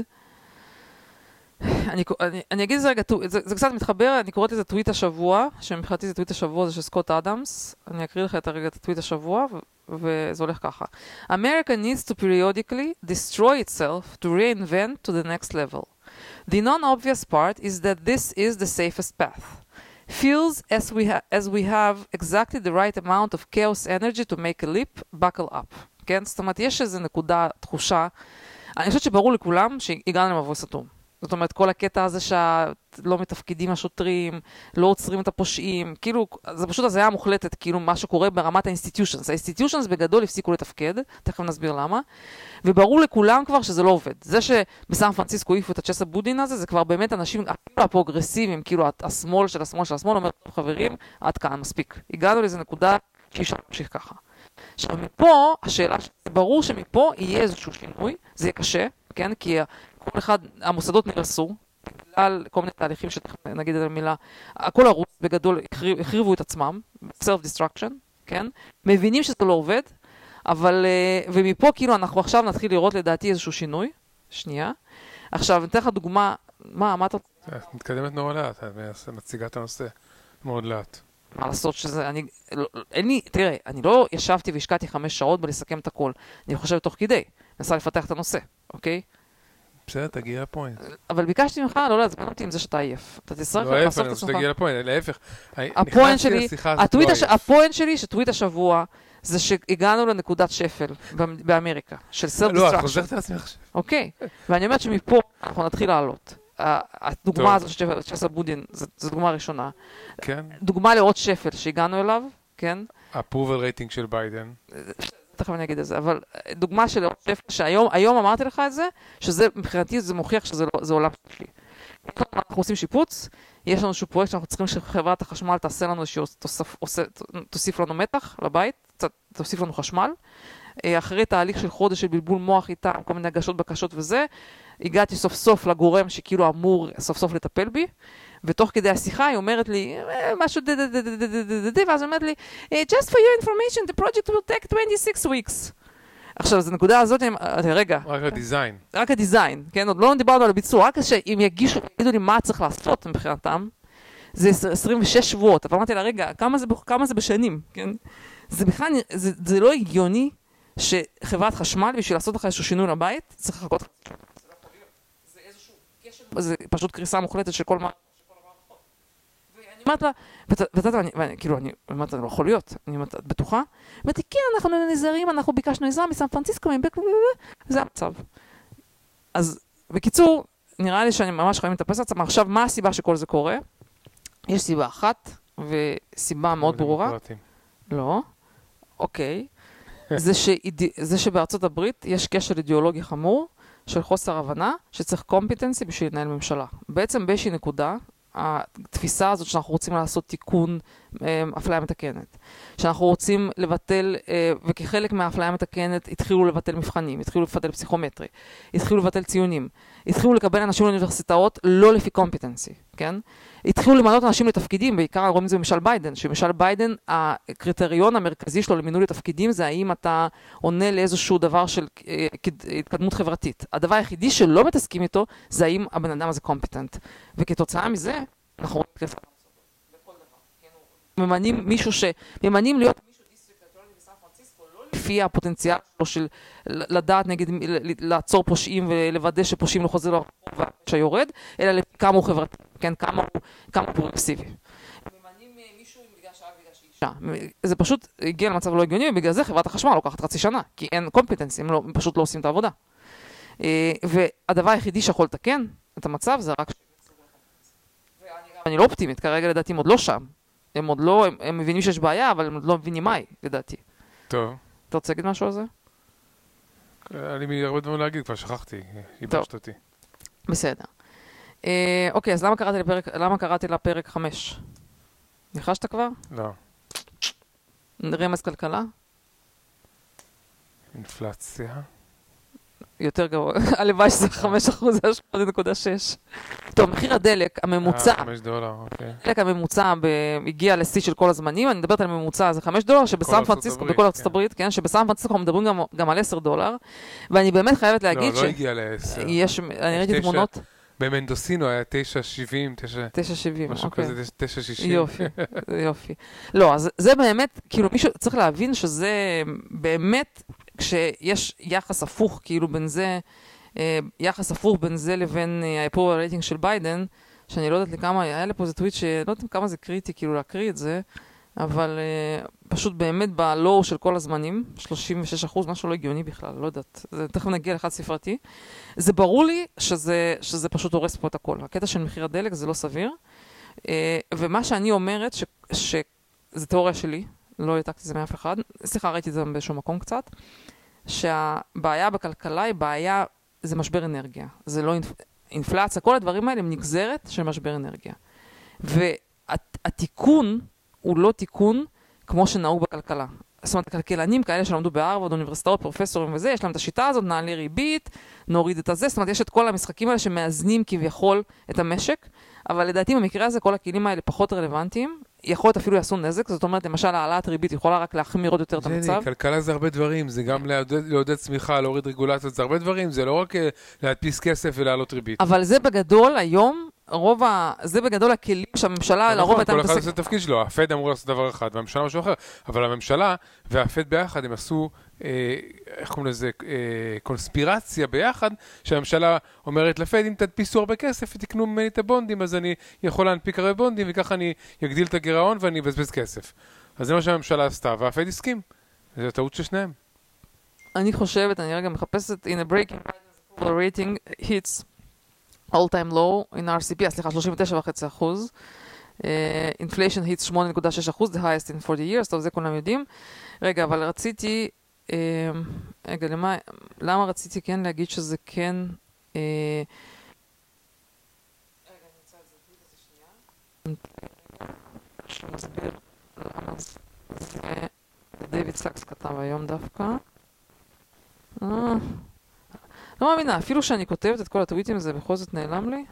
אני אגיד את זה רגע, זה קצת מתחבר, אני קוראת לזה טוויט השבוע, שמבחינתי זה טוויט השבוע, זה של סקוט אדמס. אני אקריא לך את הטוויט השבוע, וזה הולך ככה. America needs to periodically destroy itself to reinvent to the next level. The non-obvious part is that this is the safest path. Feels as we have exactly the right amount of chaos energy to make a leap, buckle up. כן? זאת אומרת, יש איזו נקודה, תחושה. אני חושבת שברור לכולם שהגענו למבוי סתום. זאת אומרת, כל הקטע הזה שלא מתפקידים השוטרים, לא עוצרים את הפושעים, כאילו, זה פשוט הזיה מוחלטת, כאילו, מה שקורה ברמת האינסטיטיושנס. האינסטיטיושנס בגדול הפסיקו לתפקד, תכף נסביר למה, וברור לכולם כבר שזה לא עובד. זה שבסן פרנסיסקו העיפו את הצ'סה בודין הזה, זה כבר באמת אנשים הפרוגרסיביים, כאילו, השמאל של השמאל של השמאל, אומר, חברים, עד כאן, מספיק. הגענו לאיזו נקודה שאי אפשר להמשיך ככה. עכשיו, מפה, השאלה, ברור שמפה יהיה איזשהו שינוי, זה יהיה קשה, כן? כי כל אחד, המוסדות נרסו, בגלל כל מיני תהליכים שנגיד את המילה, הכל הרוס בגדול החריבו את עצמם, self-destruction, כן? מבינים שזה לא עובד, אבל, ומפה כאילו אנחנו עכשיו נתחיל לראות לדעתי איזשהו שינוי. שנייה. עכשיו, אני אתן לך דוגמה, מה אתה... מתקדמת נורא לאט, מציגה את הנושא מאוד לאט. מה לעשות שזה, תראה, אני לא ישבתי והשקעתי 5 שעות בלסכם את הכל. אני חושב תוך כדי, נסה לפתח את הנושא, אוקיי? בסדר, תגיע לפוינט. אבל ביקשתי ממך לא להזמן אותי עם זה שאתה עייף. אתה תצטרך לעשות את עצמך. לא עייף, אני רוצה להגיע לפוינט, להפך. הפוינט שלי, שטוויט השבוע, זה שהגענו לנקודת שפל באמריקה, של self-destruction. לא, את חוזרת על עצמך עכשיו. אוקיי, ואני אומרת שמפה אנחנו נתחיל לעלות. הדוגמה הזאת של סבודין, זו דוגמה ראשונה. כן. דוגמה לעוד שפל שהגענו אליו, כן? approval rating של ביידן. תכף אני אגיד את זה, אבל דוגמה של עוד שפל שהיום אמרתי לך את זה, שזה מבחינתי זה מוכיח שזה עולם שלי. אנחנו עושים שיפוץ, יש לנו איזשהו פרויקט שאנחנו צריכים שחברת החשמל תעשה לנו תוסיף לנו מתח לבית, תוסיף לנו חשמל. אחרי תהליך של חודש של בלבול מוח איתם, כל מיני הגשות, בקשות וזה, הגעתי סוף סוף לגורם שכאילו אמור סוף סוף לטפל בי, ותוך כדי השיחה היא אומרת לי, משהו ואז היא אומרת לי, just for your information, the project will take 26 weeks. עכשיו, זו נקודה הזאת, רגע. רק הדיזיין. רק הדיזיין, כן? עוד לא דיברנו על הביצוע, רק שאם יגידו לי מה צריך לעשות מבחינתם, זה 26 שבועות. אבל אמרתי לה, רגע, כמה זה בשנים, כן? זה בכלל, זה לא הגיוני שחברת חשמל, בשביל לעשות לך איזשהו שינוי לבית, צריך לחכות. זה איזשהו קשר, זה פשוט קריסה מוחלטת של כל המערכות. ואני אומרת לה, וכאילו, אני אומרת לה, לא יכול להיות, אני אומרת, את בטוחה? אמרתי, כן, אנחנו נזהרים, אנחנו ביקשנו עזרה מסן פרנסיסקו, זה המצב. אז בקיצור, נראה לי שאני ממש חייבים לטפס לעצמם. עכשיו, מה הסיבה שכל זה קורה? יש סיבה אחת, וסיבה מאוד ברורה. לא. אוקיי. זה שבארצות הברית יש קשר אידיאולוגי חמור של חוסר הבנה שצריך קומפיטנסי בשביל לנהל ממשלה. בעצם באיזושהי נקודה, התפיסה הזאת שאנחנו רוצים לעשות תיקון אפליה מתקנת, שאנחנו רוצים לבטל, וכחלק מהאפליה מתקנת התחילו לבטל מבחנים, התחילו לבטל פסיכומטרי, התחילו לבטל ציונים, התחילו לקבל אנשים לאוניברסיטאות לא לפי קומפיטנסי, כן? התחילו למנות אנשים לתפקידים, בעיקר רואים את זה במשל ביידן, שמשל ביידן, הקריטריון המרכזי שלו למינוי לתפקידים זה האם אתה עונה לאיזשהו דבר של התקדמות חברתית. הדבר היחידי שלא מתעסקים איתו זה האם הבן אדם הזה קומפיטנט. וכתוצאה מזה, אנחנו רואים ממנים מישהו ממנים להיות מישהו דיסטריקטוריאלי בסן פרנסיסקו, לא לפי הפוטנציאל שלו של לדעת נגד, לעצור פושעים ולוודא שפושעים לא חוזר לרחוב שיורד, אלא לפי כמה הוא חברתי, כן, כמה הוא פרוגרסיבי. ממנים מישהו בגלל שעה ובגלל שאישה. זה פשוט הגיע למצב לא הגיוני, ובגלל זה חברת החשמל לוקחת חצי שנה, כי אין קומפיטנס, הם פשוט לא עושים את העבודה. והדבר היחידי שיכול לתקן את המצב זה רק אני לא אופטימית, כרגע לדעתי הם עוד לא שם. הם עוד לא, הם מבינים שיש בעיה, אבל הם עוד לא מבינים מהי, לדעתי. טוב. אתה רוצה להגיד משהו על זה? אני הרבה דברים להגיד, כבר שכחתי, ייבשת אותי. בסדר. אוקיי, אז למה קראתי לפרק 5? ניחשת כבר? לא. רמז כלכלה? אינפלציה? יותר גרוע. הלוואי שזה 5%, זה 8.6. טוב, מחיר הדלק, הממוצע. $5, אוקיי. הדלק הממוצע הגיע לשיא של כל הזמנים, אני מדברת על ממוצע, זה $5, שבסן פרנסיסקו, בכל ארצות הברית, כן, שבסן פרנסיסקו מדברים גם על $10, ואני באמת חייבת להגיד לא, לא הגיע ל-10. אני ראיתי תמונות. במנדוסינו היה 9.70, 9.70, משהו כזה, 9.60. יופי, יופי. לא, אז זה באמת, כאילו מישהו צריך להבין שזה באמת, כשיש יחס הפוך כאילו בין זה, יחס הפוך בין זה לבין הפרובל רייטינג של ביידן, שאני לא יודעת לכמה, היה לי פה איזה טוויט שלא יודעת כמה זה קריטי כאילו להקריא את זה, אבל פשוט באמת בלואו של כל הזמנים, 36%, משהו לא הגיוני בכלל, לא יודעת, תכף נגיע לאחד ספרתי. זה ברור לי שזה פשוט הורס פה את הכל. הקטע של מחיר הדלק זה לא סביר, ומה שאני אומרת, שזה תיאוריה שלי, לא העתקתי את זה מאף אחד, סליחה, ראיתי את זה באיזשהו מקום קצת, שהבעיה בכלכלה היא בעיה, זה משבר אנרגיה, זה לא אינפלציה, כל הדברים האלה הם נגזרת של משבר אנרגיה. והתיקון הוא לא תיקון כמו שנהוג בכלכלה. זאת אומרת, הכלכלנים כאלה שלמדו בהרווארד, אוניברסיטאות, פרופסורים וזה, יש להם את השיטה הזאת, נעלה ריבית, נוריד את הזה, זאת אומרת, יש את כל המשחקים האלה שמאזנים כביכול את המשק, אבל לדעתי במקרה הזה כל הכלים האלה פחות רלוונטיים. יכול להיות אפילו יעשו נזק, זאת אומרת, למשל, העלאת ריבית יכולה רק להחמיר עוד יותר את המצב. כלכלה זה הרבה דברים, זה גם לעודד צמיחה, להוריד רגולציות, זה הרבה דברים, זה לא רק להדפיס כסף ולהעלות ריבית. אבל זה בגדול היום, זה בגדול הכלים שהממשלה לרוב הייתה מתעסק. כל אחד עושה את התפקיד שלו, הפד אמור לעשות דבר אחד, והממשלה משהו אחר, אבל הממשלה והפד ביחד הם עשו, איך קוראים לזה, קונספירציה ביחד, שהממשלה אומרת לפד, אם תדפיסו הרבה כסף ותקנו ממני את הבונדים, אז אני יכול להנפיק הרבה בונדים, וככה אני אגדיל את הגירעון ואני אבזבז כסף. אז זה מה שהממשלה עשתה, והפד הסכים. זו טעות של שניהם. אני חושבת, אני רגע מחפשת, in a breaking rating hits all-time low in RCP, סליחה, 39.5%. Inflation hits 8.6%, the highest in 40 years, טוב, זה כולם יודעים. רגע, אבל רציתי, רגע, למה רציתי כן להגיד שזה כן... רגע, אני רוצה את זה שנייה. שמסביר למה זה דיוויד סאקס כתב היום דווקא. לא מאמינה, אפילו שאני כותבת את כל הטוויטים זה בכל זאת נעלם לי.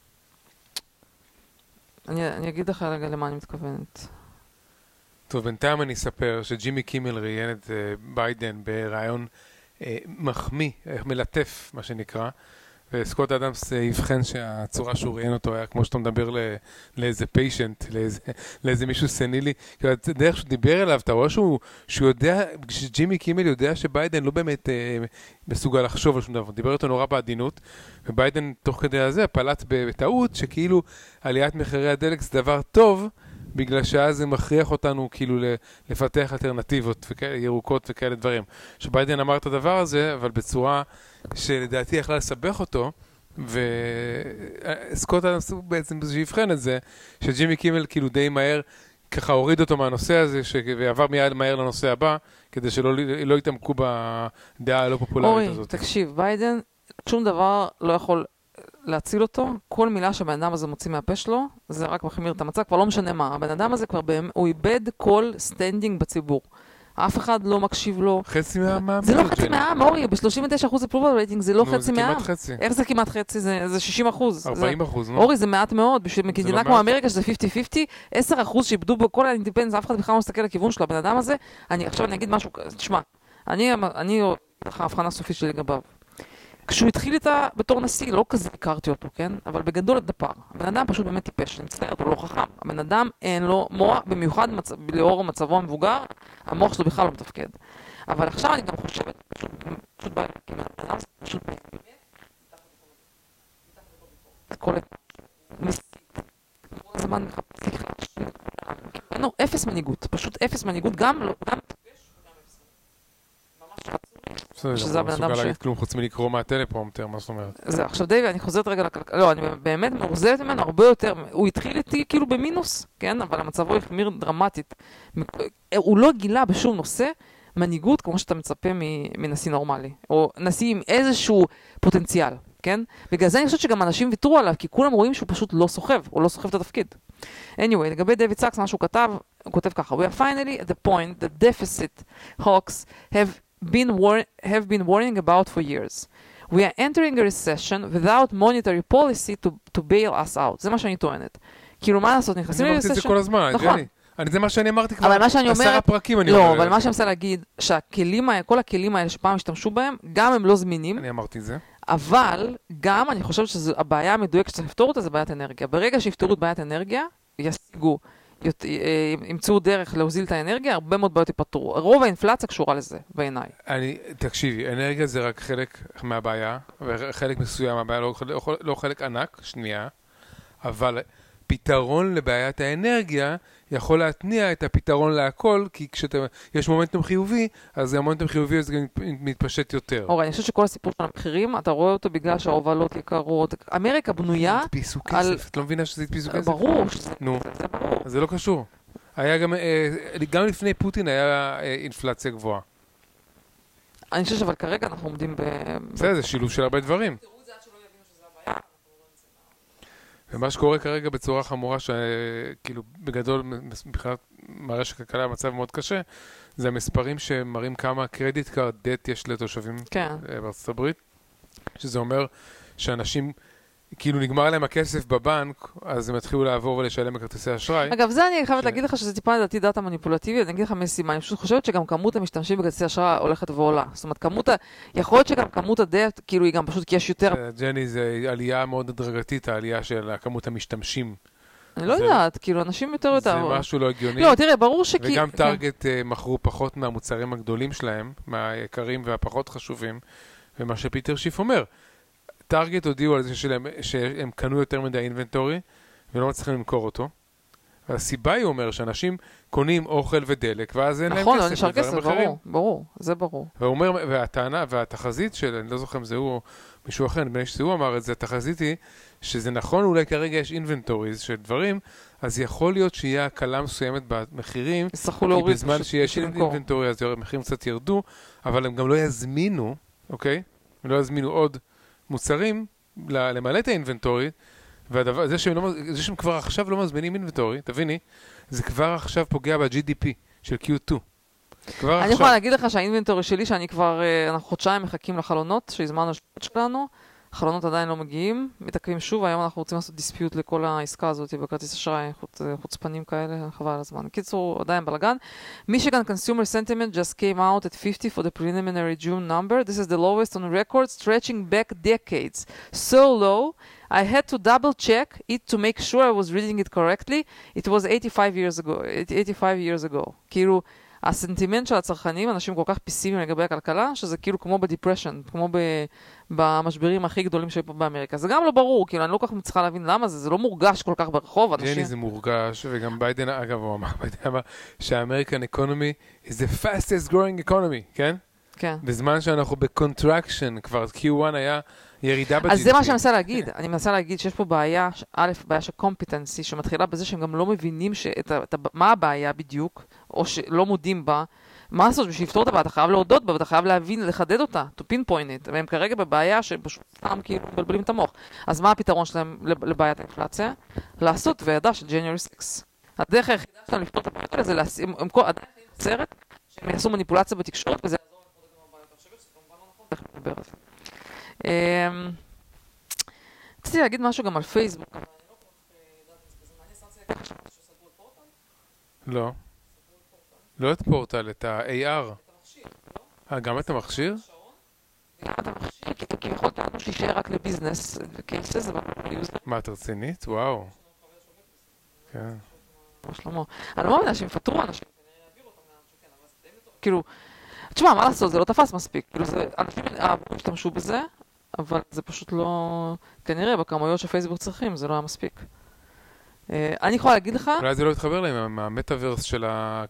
אני אגיד לך רגע למה אני מתכוונת. טוב, בינתיים אני אספר שג'ימי קימל ראיין את ביידן ברעיון מחמיא, מלטף מה שנקרא, וסקוט אדמס יבחן שהצורה שהוא ראיין אותו היה כמו שאתה מדבר לאיזה פיישנט, לאיזה מישהו סנילי, דרך שהוא דיבר אליו, אתה רואה שהוא יודע, שג'ימי קימל יודע שביידן לא באמת מסוגל לחשוב על שום דבר, דיבר אותו נורא בעדינות, וביידן תוך כדי הזה פלט בטעות שכאילו עליית מחירי הדלק זה דבר טוב, בגלל שאז זה מכריח אותנו כאילו לפתח אלטרנטיבות ירוקות וכאלה דברים. שביידן אמר את הדבר הזה, אבל בצורה שלדעתי יכלה לסבך אותו, וסקוט אדמס בעצם שיבחן את זה, שג'ימי קימל כאילו די מהר ככה הוריד אותו מהנושא הזה, ועבר מיד מהר לנושא הבא, כדי שלא יתעמקו בדעה הלא פופולרית הזאת. אורי, תקשיב, ביידן, שום דבר לא יכול להציל אותו, כל מילה שהבן אדם הזה מוציא מהפה שלו, זה רק מחמיר את המצב, כבר לא משנה מה. הבן אדם הזה כבר הוא איבד כל סטנדינג בציבור. אף אחד לא מקשיב לו. חצי מהעם. זה לא חצי מהעם, אורי, ב-39% approval rating זה לא חצי מהעם. זה כמעט חצי. איך זה כמעט חצי? זה 60%. 40%, נו. אורי, זה מעט מאוד. בשביל מדינה כמו אמריקה, שזה 50-50, 10% שאיבדו בכל האינדיפנדנס, אף אחד בכלל לא מסתכל לכיוון של הבן אדם הזה. עכשיו אני אגיד משהו, תשמע, אני לך הבחנה סופית שלי לגביו. כשהוא התחיל איתה בתור נשיא, לא כזה הכרתי אותו, כן? אבל בגדול הדפר. הבן אדם פשוט באמת טיפש, אני מצטערת, הוא לא חכם. הבן אדם אין לו מוח, במיוחד לאור מצבו המבוגר, המוח שלו בכלל לא מתפקד. אבל עכשיו אני גם חושבת, פשוט בא להקים הבן אדם, פשוט באמת, כל הזמן מחפש, אין לו אפס מנהיגות, פשוט אפס מנהיגות, גם לא, גם טיפש וגם אפס מנהיגות. ממש שזה הבן אדם להגיד כלום חוץ מלקרוא מהטלפרומפטר, מה זאת אומרת? זה, עכשיו דיוויד, אני חוזרת רגע לכלכלה, לא, אני באמת מאוכזבת ממנו הרבה יותר, הוא התחיל איתי כאילו במינוס, כן? אבל המצבו החמיר דרמטית. הוא לא גילה בשום נושא מנהיגות כמו שאתה מצפה מנשיא נורמלי, או נשיא עם איזשהו פוטנציאל, כן? בגלל זה אני חושבת שגם אנשים ויתרו עליו, כי כולם רואים שהוא פשוט לא סוחב, הוא לא סוחב את התפקיד. anyway, לגבי דיוויד סאקס, מה שהוא כתב, הוא כותב ככה, We are finally at the point that deficit hawks have been warning about for years. We are entering a recession without monetary policy to bail us out. זה מה שאני טוענת. כאילו מה לעשות, נכנסים ל-recession? אני אמרתי את זה כל הזמן, נכון. זה מה שאני אמרתי כבר, אבל מה שאני אומרת, 10 פרקים אני אומר. לא, אבל מה שאני מנסה להגיד, כל הכלים האלה שפעם השתמשו בהם, גם הם לא זמינים. אני אמרתי את זה. אבל גם אני חושבת שהבעיה המדויקת שצריך לפתור אותה זה בעיית אנרגיה. ברגע שיפתרו את בעיית אנרגיה, ישיגו, ימצאו דרך להוזיל את האנרגיה, הרבה מאוד בעיות ייפתרו. רוב האינפלציה קשורה לזה, בעיניי. תקשיבי, אנרגיה זה רק חלק מהבעיה, וחלק מסוים מהבעיה, לא חלק ענק, שנייה, אבל פתרון לבעיית האנרגיה יכול להתניע את הפתרון להכל, כי כשיש מומנטום חיובי, אז המומנטום חיובי זה מתפשט יותר. אורי, אני חושבת שכל הסיפור של המחירים, אתה רואה אותו בגלל שההובלות יקרות. אמריקה בנויה... הדפיסו כסף, את לא מבינה שזה הדפיסו כסף? ברור. נו, אז זה לא קשור. היה גם לפני פוטין היה אינפלציה גבוהה. אני חושבת אבל כרגע אנחנו עומדים זה שילוב של הרבה דברים. ומה שקורה כרגע בצורה חמורה, שכאילו בגדול בכלל מראה שכלכלה המצב מאוד קשה, זה המספרים שמראים כמה קרדיט קארד דט יש לתושבים בארצות הברית, שזה אומר שאנשים כאילו נגמר להם הכסף בבנק, אז הם התחילו לעבור ולשלם בכרטיסי אשראי. אגב, זה אני חייבת להגיד לך שזה טיפה לדעתי דאטה מניפולטיבי, אני אגיד לך מסימה, אני פשוט חושבת שגם כמות המשתמשים בכרטיסי אשראי הולכת ועולה. זאת אומרת, יכול להיות שגם כמות הדאט, כאילו היא גם פשוט כי יש יותר... ג'ני, זה עלייה מאוד הדרגתית, העלייה של כמות המשתמשים. אני לא יודעת, כאילו אנשים יותר... זה משהו לא הגיוני. לא, תראה, ברור שכי... וגם טארגט מכרו פחות מהמוצרים הגדולים שלהם, מהיקרים והפחות חשובים, ומה שפיטר שיף אומר. טארגט הודיעו על זה שהם קנו יותר מדי אינבנטורי, ולא מצליחים למכור אותו. והסיבה היא אומר שאנשים קונים אוכל ודלק, ואז אין להם כסף. נכון, נשאר כסף, ברור, זה ברור. והטענה והתחזית של, אני לא זוכר אם זה הוא או מישהו אחר, נדמה לי שזה הוא אמר את זה, התחזית היא שזה נכון, אולי כרגע יש אינבנטוריז של דברים, אז יכול להיות שיהיה הקלה מסוימת במחירים, כי בזמן שיש אינבנטורי אז המחירים קצת ירדו, אבל הם גם לא יזמינו, אוקיי? הם לא יזמינו עוד מוצרים למלא את האינבנטורי, וזה שהם כבר עכשיו לא מזמינים אינבנטורי, תביני, זה כבר עכשיו פוגע ב-GDP של Q2. אני יכולה להגיד לך שהאינבנטורי שלי, שאני כבר, אנחנו חודשיים מחכים לחלונות, שהזמנו שלנו, החלונות עדיין לא מגיעים, מתעכבים שוב, היום אנחנו רוצים לעשות דיספיוט לכל העסקה הזאת בכרטיס אשראי, חוצפנים כאלה, חבל על הזמן. קיצור, עדיין בלגן. Michigan Consumer Sentiment just came out at 50 for the preliminary June number. This is the lowest on record, stretching back decades. So low, I had to double check it to make sure I was reading it correctly. It was 85 years ago. כאילו, הסנטימנט של הצרכנים, אנשים כל כך פיסימיים לגבי הכלכלה, שזה כאילו כמו בדיפרשן, כמו במשברים הכי גדולים שהיו פה באמריקה. זה גם לא ברור, כאילו אני לא כל כך מצליחה להבין למה זה לא מורגש כל כך ברחוב. ג'ני זה מורגש, וגם ביידן, אגב, הוא אמר שהאמריקן אקונומי is the fastest growing economy, כן? כן. בזמן שאנחנו בקונטרקשן, כבר Q1 היה ירידה ב-GDP. אז זה מה שאני מנסה להגיד. אני מנסה להגיד שיש פה בעיה, א', בעיה של קומפיטנסי, שמתחילה בזה שהם גם לא מבינים מה הבעיה בדיוק, או שלא מודים בה. מה לעשות? בשביל לפתור את הבעיה, אתה חייב להודות בה, ואתה חייב להבין, לחדד אותה, to pinpoint it. והם כרגע בבעיה שהם פשוט סתם כאילו מבלבלים את המוח. אז מה הפתרון שלהם לבעיית האינפלציה? לעשות ועדה של January 6. הדרך היחידה שלהם לפתור את הבעיה זה לשים, הם עדיין סרט, שהם יעשו מניפולציה בתקשורת, וזה יעזור להתמודד עם הבעיות. אני חושבת שזה כמובן לא נכון, איך לדבר על זה. רציתי להגיד משהו גם על פייסבוק, אבל אני לא כל כך יודעת בזה מעניין, סתם להגיד לך שסגרו את פורטל? לא. לא את פורטל, את ה-AR. את המכשיר, לא? גם את המכשיר? גם את המכשיר, כי יכול להיות שישאר רק לביזנס וקייסס, אבל לא ליוזר. מה, את רצינית? וואו. כן. שלמה. אני לא מאמינה שהם יפטרו אנשים, יעבירו אותם לאן שכן, אבל זה די מטור. כאילו, תשמע, מה לעשות, זה לא תפס מספיק. כאילו, אנשים השתמשו בזה, אבל זה פשוט לא... כנראה, בכמויות שפייסבוק צריכים, זה לא היה מספיק. אני יכולה להגיד לך... אולי זה לא יתחבר להם, המטאברס של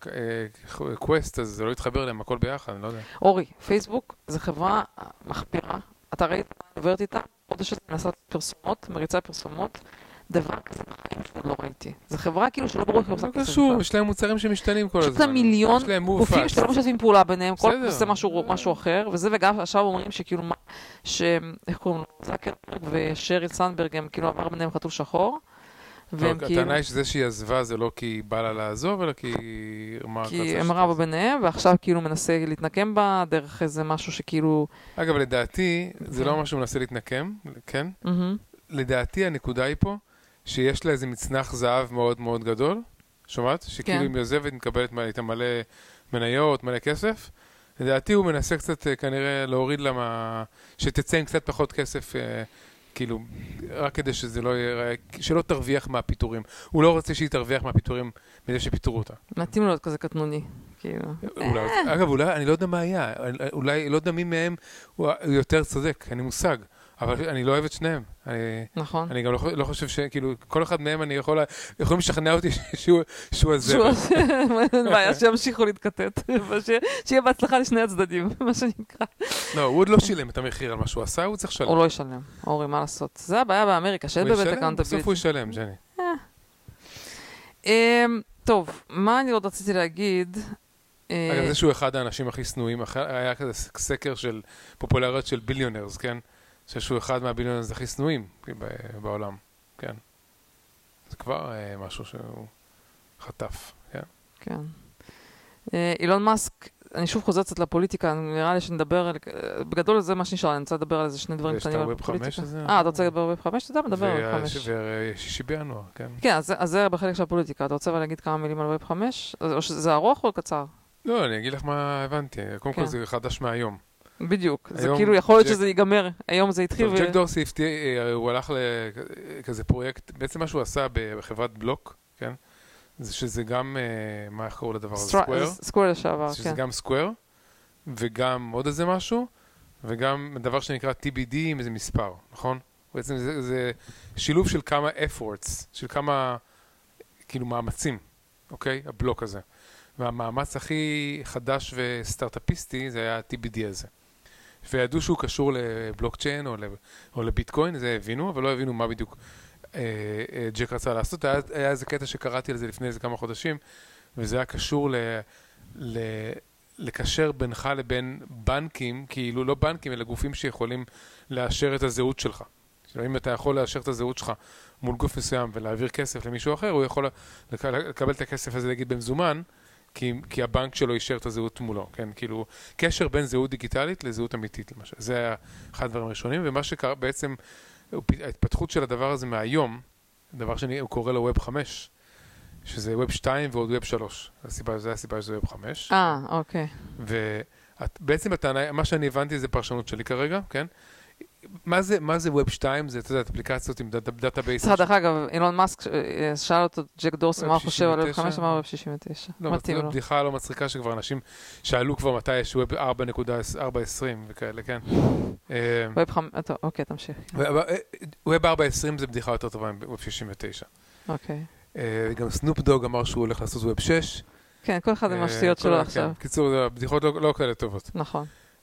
הקווסט, אז זה לא יתחבר להם, הכל ביחד, אני לא יודע. אורי, פייסבוק זה חברה מחפירה. אתה ראית, עוברת איתה, עוד יש לעשות פרסומות, מריצה פרסומות, דבר כזה בחיים שעוד לא ראיתי. זו חברה כאילו שלא ברור איך היא עושה כסף. קשור, יש להם מוצרים שמשתנים כל הזמן. יש להם מיליון גופים שלא משתפים פעולה ביניהם, כל עושה משהו אחר, וזה וגם עכשיו אומרים שכאילו, איך קוראים לו? זקרברג ושריל סנדברג הם כאילו עבר ביניהם חתול שחור. הטענה היא שזה שהיא עזבה זה לא כי בא לה לעזוב, אלא כי כי הם רבו ביניהם, ועכשיו כאילו מנסה להתנקם בה דרך איזה משהו שכאילו... אגב, לדעתי, זה לא משהו מנסה להתנקם, כן? לדעתי הנקודה היא פה, שיש לה איזה מצנח זהב מאוד מאוד גדול, שומעת? שכאילו אם היא עוזבת, מקבלת איתה מלא מניות, מלא כסף. לדעתי הוא מנסה קצת כנראה להוריד לה שתצא עם קצת פחות כסף, כאילו, רק כדי שזה לא יראה, שלא תרוויח מהפיתורים. הוא לא רוצה שהיא תרוויח מהפיתורים מזה שפיתרו אותה. מתאים לו להיות כזה קטנוני, כאילו. אגב, אולי, אני לא יודע מה היה, אולי, לא יודע מי מהם הוא יותר צודק, אני מושג. אבל אני לא אוהב את שניהם. נכון. אני גם לא חושב שכאילו, כל אחד מהם אני יכולים לשכנע אותי שהוא הזבל. אין בעיה, שימשיכו להתקטט. שיהיה בהצלחה לשני הצדדים, מה שנקרא. לא, הוא עוד לא שילם את המחיר על מה שהוא עשה, הוא צריך לשלם. הוא לא ישלם. אורי, מה לעשות? זה הבעיה באמריקה, שאין באמת אקאונטביליטי. בסוף הוא ישלם, ג'ני. טוב, מה אני עוד רציתי להגיד? אגב, זה שהוא אחד האנשים הכי שנואים, היה כזה סקר של פופולריות של ביליונרס, כן? שהוא אחד מהביליונרס הכי שנואים בעולם, כן. זה כבר משהו שהוא חטף, כן. כן. אילון מאסק אני שוב חוזרת קצת לפוליטיקה, נראה לי שנדבר, בגדול זה מה שנשאר, אני רוצה לדבר על איזה שני דברים קטנים על הפוליטיקה. אתה רוצה לדבר על ווב 5? אתה יודע, מדבר על ווב 5. ושישי בינואר, כן. כן, אז זה בחלק של הפוליטיקה. אתה רוצה להגיד כמה מילים על ווב 5? או שזה ארוך או קצר? לא, אני אגיד לך מה הבנתי. קודם כל זה חדש מהיום. בדיוק. זה כאילו יכול להיות שזה ייגמר. היום זה התחיל. ג'ק דורסי, הוא הלך לכזה פרויקט, בעצם מה שהוא עשה בחברת בלוק, כן? זה שזה גם, איך קראו לדבר הזה? סקוואר לשעבר, כן. שזה גם סקוואר, וגם עוד איזה משהו, וגם דבר שנקרא TBD עם איזה מספר, נכון? בעצם זה שילוב של כמה efforts, של כמה, כאילו, מאמצים, אוקיי? הבלוק הזה. והמאמץ הכי חדש וסטארט-אפיסטי זה היה ה-TBD הזה. וידעו שהוא קשור לבלוקצ'יין או לביטקוין, זה הבינו, אבל לא הבינו מה בדיוק ג'ק רצה לעשות. היה איזה קטע שקראתי על זה לפני איזה כמה חודשים, וזה היה קשור לקשר בינך לבין בנקים, כאילו לא בנקים, אלא גופים שיכולים לאשר את הזהות שלך. אם אתה יכול לאשר את הזהות שלך מול גוף מסוים ולהעביר כסף למישהו אחר, הוא יכול לקבל את הכסף הזה, להגיד במזומן, כי הבנק שלו אישר את הזהות מולו, כן? כאילו, קשר בין זהות דיגיטלית לזהות אמיתית, למשל. זה היה אחד הדברים הראשונים, ומה שקרה בעצם, ההתפתחות של הדבר הזה מהיום, דבר שהוא קורא לו ווב 5, שזה ווב 2 ועוד ווב 3. זה הסיבה שזה ווב 5. אוקיי. ובעצם מה שאני הבנתי זה פרשנות שלי כרגע, כן? מה זה ווב 2? זה, אתה יודע, אפליקציות עם דאטאבייס. דרך אגב, אילון מאסק שאל אותו ג'ק דורסי מה הוא חושב על ווב 5, אמר ווב 69. מתאים לו. בדיחה לא מצחיקה שכבר אנשים שאלו כבר מתי יש ווב 4.420 וכאלה, כן. ווב 5, אוקיי, תמשיך. ווב 4.20 זה בדיחה יותר טובה עם ווב 69. אוקיי. גם סנופ דוג אמר שהוא הולך לעשות ווב 6. כן, כל אחד עם השטויות שלו עכשיו. קיצור, הבדיחות לא כאלה טובות. נכון.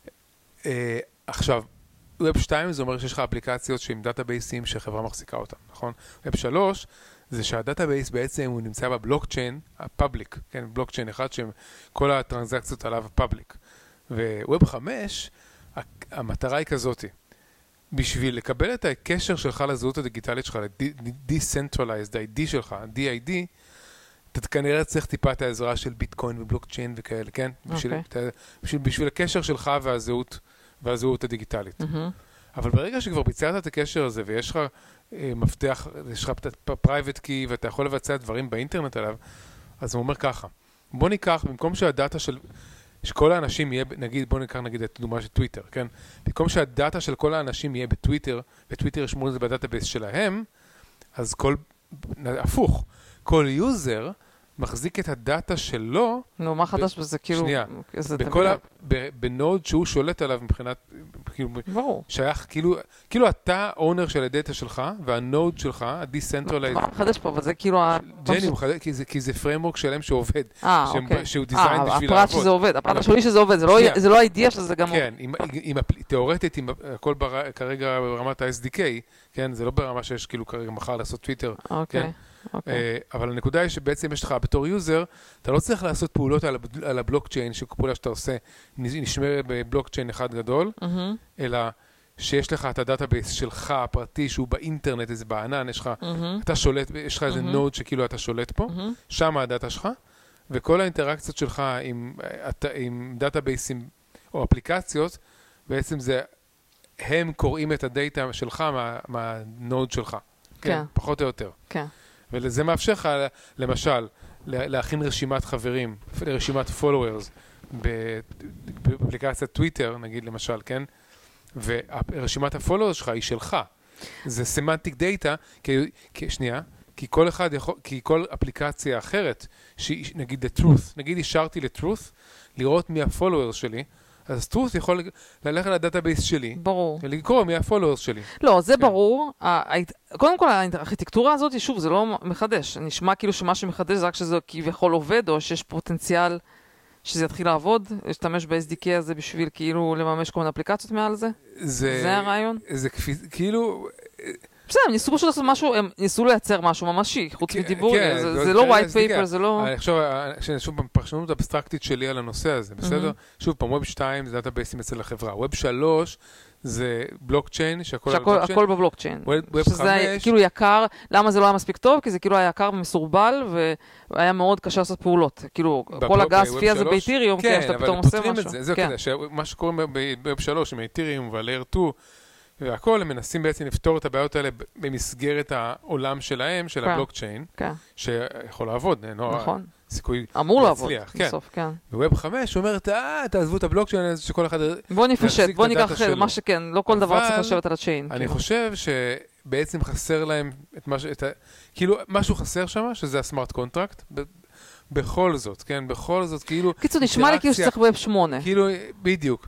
עכשיו, ווב 2 זה אומר שיש לך אפליקציות שעם דאטאבייסים שחברה מחזיקה אותם, נכון? ווב 3 זה שהדאטאבייס בעצם הוא נמצא בבלוקצ'יין הפאבליק, כן? בלוקצ'יין אחד שכל הטרנזקציות עליו הפאבליק. וווב 5, המטרה היא כזאת, בשביל לקבל את הקשר שלך לזהות הדיגיטלית שלך, ל-decentralized ID שלך, DID, אתה כנראה צריך טיפה את העזרה של ביטקוין ובלוקצ'יין וכאלה, כן? בשביל הקשר שלך והזהות הדיגיטלית. אבל ברגע שכבר ביצעת את הקשר הזה, ויש לך מפתח, יש לך private key, ואתה יכול לבצע דברים באינטרנט עליו, אז הוא אומר ככה, בוא ניקח, במקום שהדאטה של כל האנשים יהיה, בוא ניקח נגיד את דוגמה של טוויטר, כן? במקום שהדאטה של כל האנשים יהיה בטוויטר, וטוויטר ישמור את זה בדאטאבייס שלהם, אז הפוך, כל יוזר מחזיק את הדאטה שלו. נו, מה חדש בזה? כאילו, שנייה, בנוד שהוא שולט עליו מבחינת, ברור. שייך, כאילו אתה אונר של הדאטה שלך, והנוד שלך, ה-decentralized. מה חדש פה? וזה כאילו... ג'ני, כי זה פריימורק שלהם שעובד. שהוא דיזיין בשביל הפרט שזה עובד, הפרט השולי שזה עובד, זה לא האידיה שזה גם... כן, תיאורטית, הכל כרגע ברמת ה-SDK, כן, זה לא ברמה שיש כאילו כרגע מחר לעשות טוויטר. אוקיי. אבל הנקודה היא שבעצם יש לך בתור יוזר, אתה לא צריך לעשות פעולות על הבלוקצ'יין, שפעולה שאתה עושה נשמרת בבלוקצ'יין אחד גדול, אלא שיש לך את הדאטאבייס שלך הפרטי, שהוא באינטרנט, איזה בענן, אתה שולט, יש לך איזה נוד שכאילו אתה שולט פה, שם הדאטה שלך, וכל האינטראקציות שלך עם דאטאבייסים או אפליקציות, בעצם זה, הם קוראים את הדאטה שלך מהנוד שלך. כן. פחות או יותר. כן. וזה מאפשר לך, למשל, להכין רשימת חברים, רשימת followers באפליקציית טוויטר, נגיד למשל, כן? ורשימת ה-followers שלך היא שלך. זה semantic data, כי כל אפליקציה אחרת, נגיד ל-truth, נגיד אישרתי ל-truth, לראות מי ה-followers שלי, אז truth יכול ללכת לדאטאבייס שלי. ברור. ולקרוא מי הפולוורס שלי. לא, זה ברור. קודם כל, הארכיטקטורה הזאת, שוב, זה לא מחדש. נשמע כאילו שמה שמחדש זה רק שזה כביכול עובד, או שיש פוטנציאל שזה יתחיל לעבוד, להשתמש ב-SDK הזה בשביל כאילו לממש כל מיני אפליקציות מעל זה. זה הרעיון? זה כאילו... בסדר, הם ניסו פשוט לעשות משהו, הם ניסו לייצר משהו ממשי, חוץ מדיבור, זה לא white paper, זה לא... אני חושב, שוב פעם, פרשנות אבסטרקטית שלי על הנושא הזה, בסדר? שוב פעם, ווב 2 זה דאטאבייסים אצל החברה, ווב 3 זה בלוקצ'יין, שהכל על בלוקצ'יין. שהכל בבלוקצ'יין. ווב שזה 5. כאילו יקר, למה זה לא היה מספיק טוב? כי זה כאילו היה יקר ומסורבל, והיה מאוד קשה לעשות פעולות. כאילו, כל הגז פי הזה באתיריום, כן, שאתה פתאום עושה משהו. זהו כזה, מה שקורה בווב 3 עם האתיריום והלייר 2, והכל, הם מנסים בעצם לפתור את הבעיות האלה במסגרת העולם שלהם, של הבלוקצ'יין, שיכול לעבוד, נכון. סיכוי אמור לעבוד, בסוף, כן. וווב 5 אומרת, תעזבו את הבלוקצ'יין, שכל אחד... בוא נפשט, בוא ניקח מה שכן, לא כל דבר צריך לשבת על הצ'יין. אני חושב שבעצם חסר להם כאילו, משהו חסר שם, שזה הסמארט קונטרקט, בכל זאת, כן, בכל זאת, כאילו... קיצור, נשמע לי כאילו שצריך ווב 8. כאילו, בדיוק,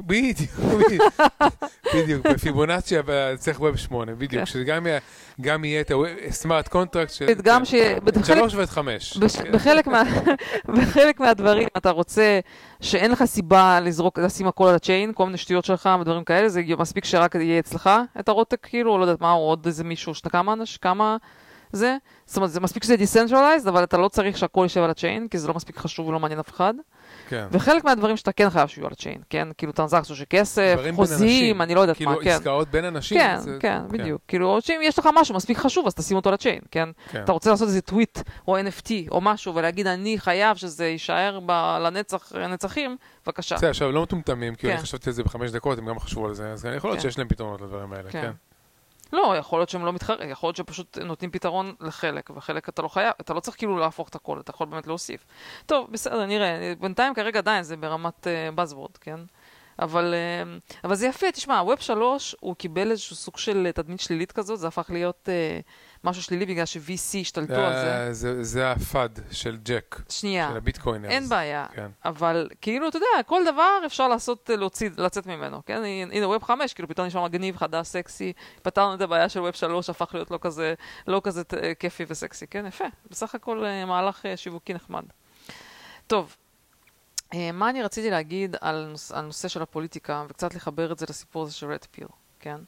בפיבונצ'יה צריך ווב 8, בדיוק, שגם יהיה את הסמארט קונטרקט של 3 ואת 5. בחלק מהדברים אתה רוצה שאין לך סיבה לשים הכל על הצ'יין, כל מיני שטויות שלך ודברים כאלה, זה מספיק שרק יהיה אצלך את הרוטק, כאילו, או לא יודעת מה, או עוד איזה מישהו, כמה... זה, זאת אומרת, זה מספיק שזה decentralized, אבל אתה לא צריך שהכל יישב על הצ'יין, כי זה לא מספיק חשוב ולא מעניין אף אחד. כן. וחלק מהדברים שאתה כן חייב שיהיו על הצ'יין, כן? כאילו טרנזקציות של כסף, חוזים, אני לא יודעת מה, כן. כאילו עסקאות בין אנשים. כן, כן, בדיוק. כאילו, אם יש לך משהו מספיק חשוב, אז תשים אותו על הצ'יין, כן? אתה רוצה לעשות איזה טוויט או NFT או משהו, ולהגיד, אני חייב שזה יישאר לנצחים, בבקשה. זה, עכשיו, לא מטומטמים, כי אני חשבתי על זה ב5 דקות, הם גם חשבו על זה, אז אני יכול להיות שיש להם פתרונות לדברים האלה, כן. לא, יכול להיות שהם לא מתחרים, יכול להיות שפשוט נותנים פתרון לחלק, וחלק אתה לא חייב, אתה לא צריך כאילו להפוך את הכל, אתה יכול באמת להוסיף. טוב, בסדר, נראה, בינתיים כרגע עדיין זה ברמת buzzword, כן? אבל זה יפה, תשמע, ווב 3 הוא קיבל איזשהו סוג של תדמית שלילית כזאת, זה הפך להיות משהו שלילי בגלל ש-VC השתלטו על זה. זה הפאד של ג'ק, שנייה, של הביטקוינרס. אין בעיה, אבל כאילו, אתה יודע, כל דבר אפשר לצאת ממנו, כן? הנה, ווב 5, כאילו פתאום נשמע מגניב, חדש, סקסי, פתרנו את הבעיה של ווב 3, הפך להיות לא כזה כיפי וסקסי, כן? יפה, בסך הכל מהלך שיווקי נחמד. טוב. מה אני רציתי להגיד על הנושא של הפוליטיקה, וקצת לחבר את זה לסיפור הזה של רד פיל, כן?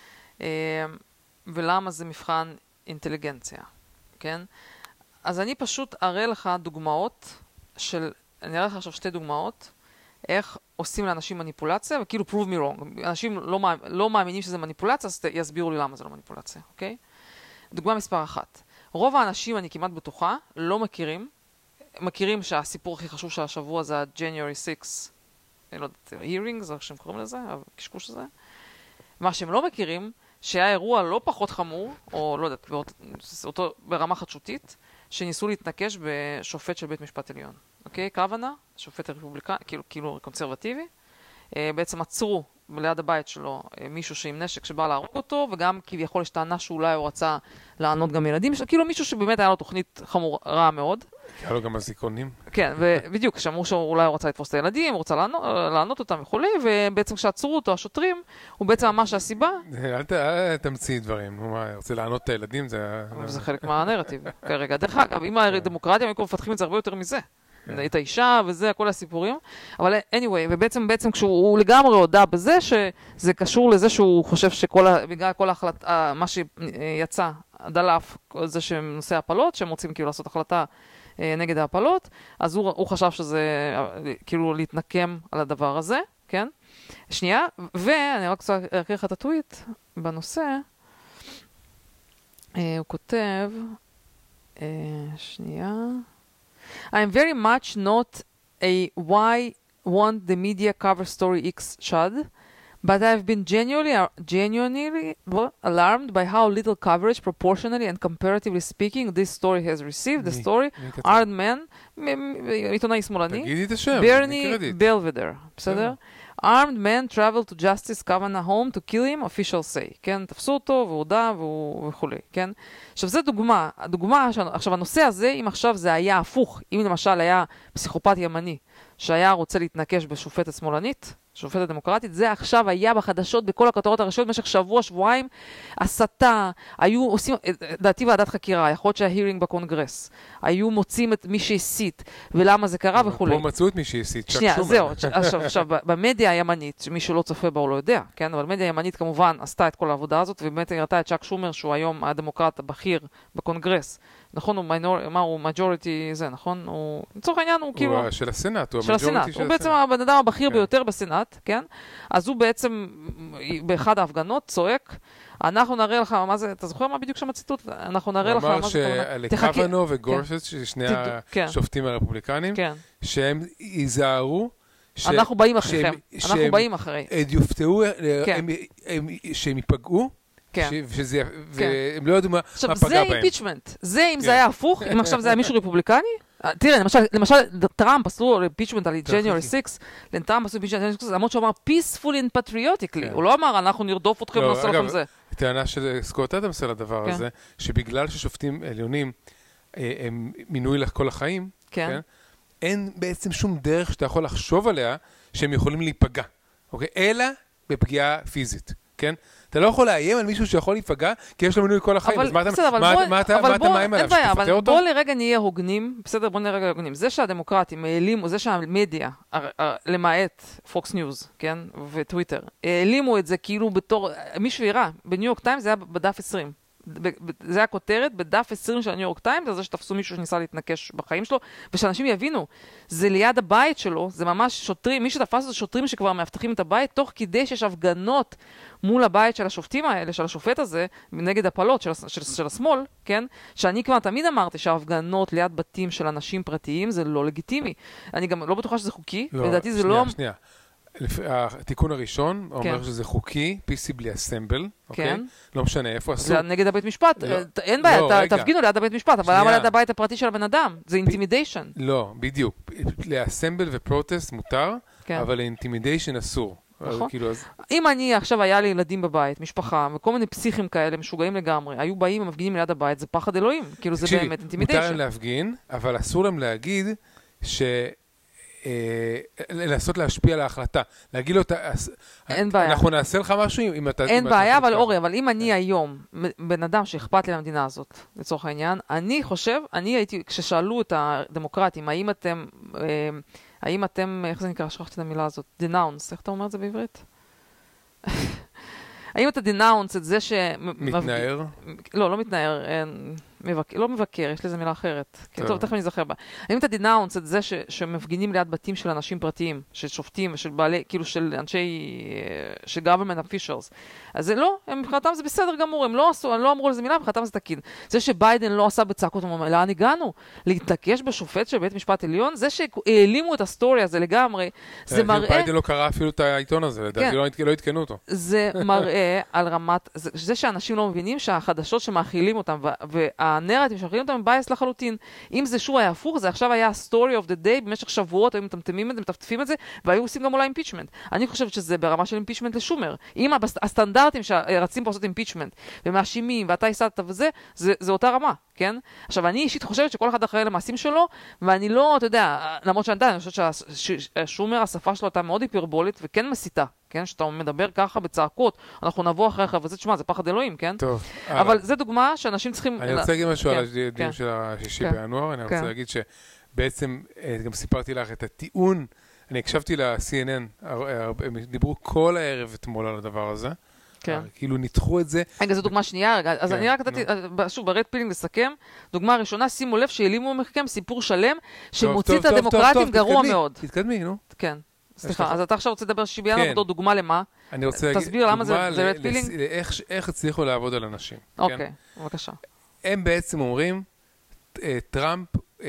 ולמה זה מבחן אינטליגנציה, כן? אז אני פשוט אראה לך דוגמאות אני אראה לך עכשיו 2 דוגמאות, איך עושים לאנשים מניפולציה, וכאילו prove me wrong. אנשים לא מאמינים שזה מניפולציה, אז יסבירו לי למה זה לא מניפולציה, אוקיי? דוגמה מספר 1. רוב האנשים, אני כמעט בטוחה, לא מכירים שהסיפור הכי חשוב של השבוע זה ה-January 6, אני לא יודעת, hearings, זה איך שהם קוראים לזה, הקשקוש הזה. מה שהם לא מכירים, שהיה אירוע לא פחות חמור, או לא יודעת, אותו ברמה חדשותית, שניסו להתנקש בשופט של בית משפט עליון. אוקיי? קוונה, שופט הרפובליקה, כאילו קונסרבטיבי, בעצם עצרו ליד הבית שלו מישהו שעם נשק שבא להרוג אותו, וגם כביכול יש טענה שאולי הוא רצה לענות גם ילדים, כאילו מישהו שבאמת היה לו תוכנית רעה מאוד. היה לו גם הזיכרונים. כן, ובדיוק, שאמרו שאולי הוא רצה לתפוס את הילדים, הוא רצה לענות אותם וכולי, ובעצם כשעצרו אותו השוטרים, הוא בעצם ממש הסיבה. אל תמציא דברים, הוא רוצה לענות את הילדים, זה חלק מהנרטיב כרגע. דרך אגב, אם הדמוקרטיה, הם מפתחים את זה הרבה יותר מזה. את האישה וזה, כל הסיפורים. אבל anyway, ובעצם כשהוא לגמרי הודע בזה, שזה קשור לזה שהוא חושב שבגלל כל ההחלטה, מה שיצא, דלף, זה שנושא הפלות, שהם רוצים כאילו לעשות החלטה נגד ההפלות, אז הוא חשב שזה כאילו להתנקם על הדבר הזה, כן? שנייה, ואני רק רוצה להקריא לך את הטוויט בנושא. הוא כותב, שנייה, I'm very much not a why want the media cover story X chud, but I've been genuinely alarmed by how little coverage, proportionally and comparatively speaking, this story has received. The story, Armed Man, עיתונאי שמאלני, ברני בלוודר, בסדר? Armed man traveled to Justice Kavanaugh home to kill him, official say. כן, תפסו אותו והודע וכולי, כן? עכשיו, זו דוגמה. עכשיו, הנושא הזה, אם עכשיו זה היה הפוך, אם למשל היה פסיכופת ימני, שהיה רוצה להתנקש בשופטת שמאלנית, שופטת דמוקרטית, זה עכשיו היה בחדשות בכל הכותרות הראשיות במשך שבוע, שבועיים, הסתה, היו עושים, דעתי ועדת חקירה, יכול להיות שההירינג בקונגרס, היו מוצאים את מי שהסית, ולמה זה קרה וכו'. פה מצאו את מי שהסית, שנייה, זהו, עכשיו, במדיה הימנית, שמי שלא צופה בה הוא לא יודע, כן? אבל במדיה הימנית כמובן עשתה את כל העבודה הזאת, ובאמת הראתה את צ'אק שומר, שהוא היום הדמוקרט הבכיר בקונגרס, נכון? מה הוא majority זה, נכון? הוא, לצורך העניין הוא כאילו... הוא של הסנאט, הוא של הסנאט. הוא בעצם הבן אדם הבכיר ביותר בסנאט, כן? אז הוא בעצם, באחד ההפגנות, צועק, אנחנו נראה לך, מה זה, אתה זוכר מה בדיוק שם הציטוט? אנחנו נראה לך, מה זה... הוא אמר שלקוונו וגורסץ', שני השופטים הרפובליקנים, שהם ייזהרו, אנחנו באים אחריכם, אנחנו באים אחרי. יופתעו, שהם ייפגעו, והם לא יודעים מה פגע בהם. זה אימפיצ'מנט. זה אם זה היה הפוך, אם עכשיו זה היה מישהו רפובליקני, תראה, למשל, טראמפ עשו אימפיצ'מנט על ג'ניורי 6, לטראמפ עשו אימפיצ'מנט על ג'ניורי 6, למרות שהוא אמר peaceful and patriotically, הוא לא אמר, אנחנו נרדוף אתכם, נעשה לכם זה. הטענה של סקוט אדמס על הדבר הזה, שבגלל ששופטים עליונים הם מינוי לכל החיים, אין בעצם שום דרך שאתה יכול לחשוב עליה שהם יכולים להיפגע, אלא בפגיעה פיזית, כן? אתה לא יכול לאיים על מישהו שיכול להיפגע, כי יש לו מינוי כל החיים, אז מה אתה מאיים עליו? שתפטר אותו? בוא לרגע נהיה הוגנים, בסדר, בוא נהיה רגע הוגנים. זה שהדמוקרטים העלימו, זה שהמדיה, למעט פוקס ניוז, כן, וטוויטר, העלימו את זה כאילו בתור, מישהו יראה, בניו יורק טיימס זה היה בדף 20. זה היה כותרת בדף 20 של הניו יורק טיימס, זה שתפסו מישהו שניסה להתנקש בחיים שלו, ושאנשים יבינו, זה ליד הבית שלו, זה ממש שוטרים, מי שתפס זה שוטרים שכבר מאבטחים את הבית, תוך כדי שיש הפגנות מול הבית של השופטים האלה, של השופט הזה, נגד הפלות של השמאל, כן? שאני כבר תמיד אמרתי שההפגנות ליד בתים של אנשים פרטיים זה לא לגיטימי. אני גם לא בטוחה שזה חוקי, לדעתי זה לא... שנייה. התיקון הראשון אומר שזה חוקי, peaceably assemble, אוקיי? לא משנה איפה אסור. זה נגד הבית משפט, אין בעיה, תפגינו ליד הבית משפט, אבל למה ליד הבית הפרטי של הבן אדם? זה intimidation. לא, בדיוק. ל-assemble ו-protest מותר, אבל ל-intimidation אסור. נכון. אם אני עכשיו היה לי ילדים בבית, משפחה, וכל מיני פסיכים כאלה משוגעים לגמרי, היו באים ומפגינים ליד הבית, זה פחד אלוהים. כאילו זה באמת intimidation. מותר להם להפגין, אבל אסור להם להגיד לנסות להשפיע על ההחלטה. להגיד לו, אנחנו נעשה לך משהו אם אתה... אין בעיה, אבל אורי, אבל אם אני היום, בן אדם שאכפת לי למדינה הזאת, לצורך העניין, אני חושב, אני הייתי, כששאלו את הדמוקרטים, האם אתם, איך זה נקרא? שכחתי את המילה הזאת, denounce, איך אתה אומר את זה בעברית? האם אתה denounce את זה מתנער? לא מתנער, לא מבקר, יש לזה מילה אחרת. טוב, תכף אני אזכר בה. האם אתה denounce את זה שמפגינים ליד בתים של אנשים פרטיים, של שופטים ושל בעלי, כאילו של אנשי, של government officials. אז זה לא, מבחינתם זה בסדר גמור, הם לא אמרו לזה מילה, מבחינתם זה תקין. זה שביידן לא עשה בצעקות, לאן הגענו? להתנקש בשופט של בית משפט עליון? זה שהעלימו את הסטורי הזה לגמרי, זה מראה... ביידן לא קרא אפילו את העיתון הזה, לדעתי לא התקנו אותו. זה מראה על רמת, זה שאנשים לא מבינים שהחדשות שמאכילים אותם, והנרטיב שמאכילים אותם הם בייס לחלוטין. אם זה שוב היה הפוך, זה עכשיו היה story of the day, במשך שבועות היו מטמטמים את זה, מטפטפים את זה, והיו עושים גם אולי impeachment. אני חושבת שזה ברמה של impeachment לשומר. אם הסטנדרטים שרצים פה לעשות impeachment, ומאשימים, ואתה הסעת וזה, זה אותה רמה, כן? עכשיו, אני אישית חושבת שכל אחד אחראי למעשים שלו, ואני לא, אתה יודע, למרות שאני חושבת שהשומר, השפה שלו הייתה מאוד היפרבולית, וכן מסיתה. כן, שאתה מדבר ככה בצעקות, אנחנו נבוא אחריך, וזה תשמע, זה פחד אלוהים, כן? טוב. אבל זה דוגמה שאנשים צריכים... אני רוצה להגיד משהו על הדיון של השישי בינואר, אני רוצה להגיד שבעצם, גם סיפרתי לך את הטיעון, אני הקשבתי ל-CNN, הם דיברו כל הערב אתמול על הדבר הזה, כאילו ניתחו את זה. רגע, זו דוגמה שנייה, רגע, אז אני רק נתתי, שוב, ברד פילינג לסכם, דוגמה ראשונה, שימו לב שהעלימו מכם סיפור שלם, שמוציא את הדמוקרטים גרוע מאוד. תתקדמי, נו. כן. סליחה, אז אתה עכשיו רוצה לדבר שישי בינואר בתור דוגמה למה? אני רוצה להגיד, תסביר למה זה רד פילינג? איך הצליחו לעבוד על אנשים. אוקיי, בבקשה. הם בעצם אומרים, טראמפ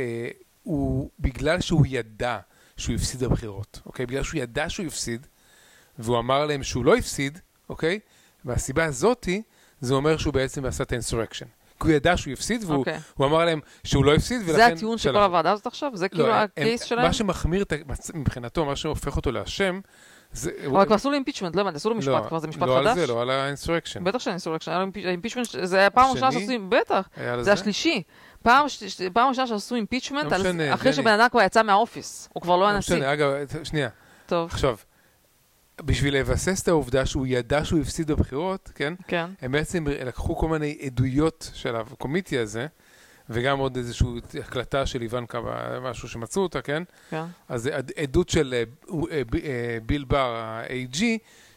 הוא, בגלל שהוא ידע שהוא הפסיד בבחירות, אוקיי? בגלל שהוא ידע שהוא הפסיד, והוא אמר להם שהוא לא הפסיד, אוקיי? והסיבה הזאתי, זה אומר שהוא בעצם עשה את האינסורקשן. כי הוא ידע שהוא הפסיד, והוא אמר להם שהוא לא הפסיד, ולכן... זה הטיעון של כל הוועדה הזאת עכשיו? זה כאילו הקייס שלהם? מה שמחמיר מבחינתו, מה שהופך אותו לאשם, אבל כבר עשו לו אימפיצ'מנט, לא הבנתי, עשו לו משפט, כבר זה משפט חדש? לא על זה, לא על האינסורקשן. בטח שהאינסורקשן, האימפיצ'מנט, זה היה פעם ראשונה שעשו, בטח, זה השלישי. פעם ראשונה שעשו אימפיצ'מנט, אחרי שבן אדם כבר יצא מהאופיס, הוא כבר לא היה נשיא. אגב, שנייה. טוב. עכשיו, בשביל לבסס את העובדה שהוא ידע שהוא הפסיד בבחירות, כן? כן. הם בעצם לקחו כל מיני עדויות של הקומיטי הזה, וגם עוד איזושהי הקלטה של איוונקה, משהו שמצאו אותה, כן? כן. אז עדות של ביל בר, ה-AG,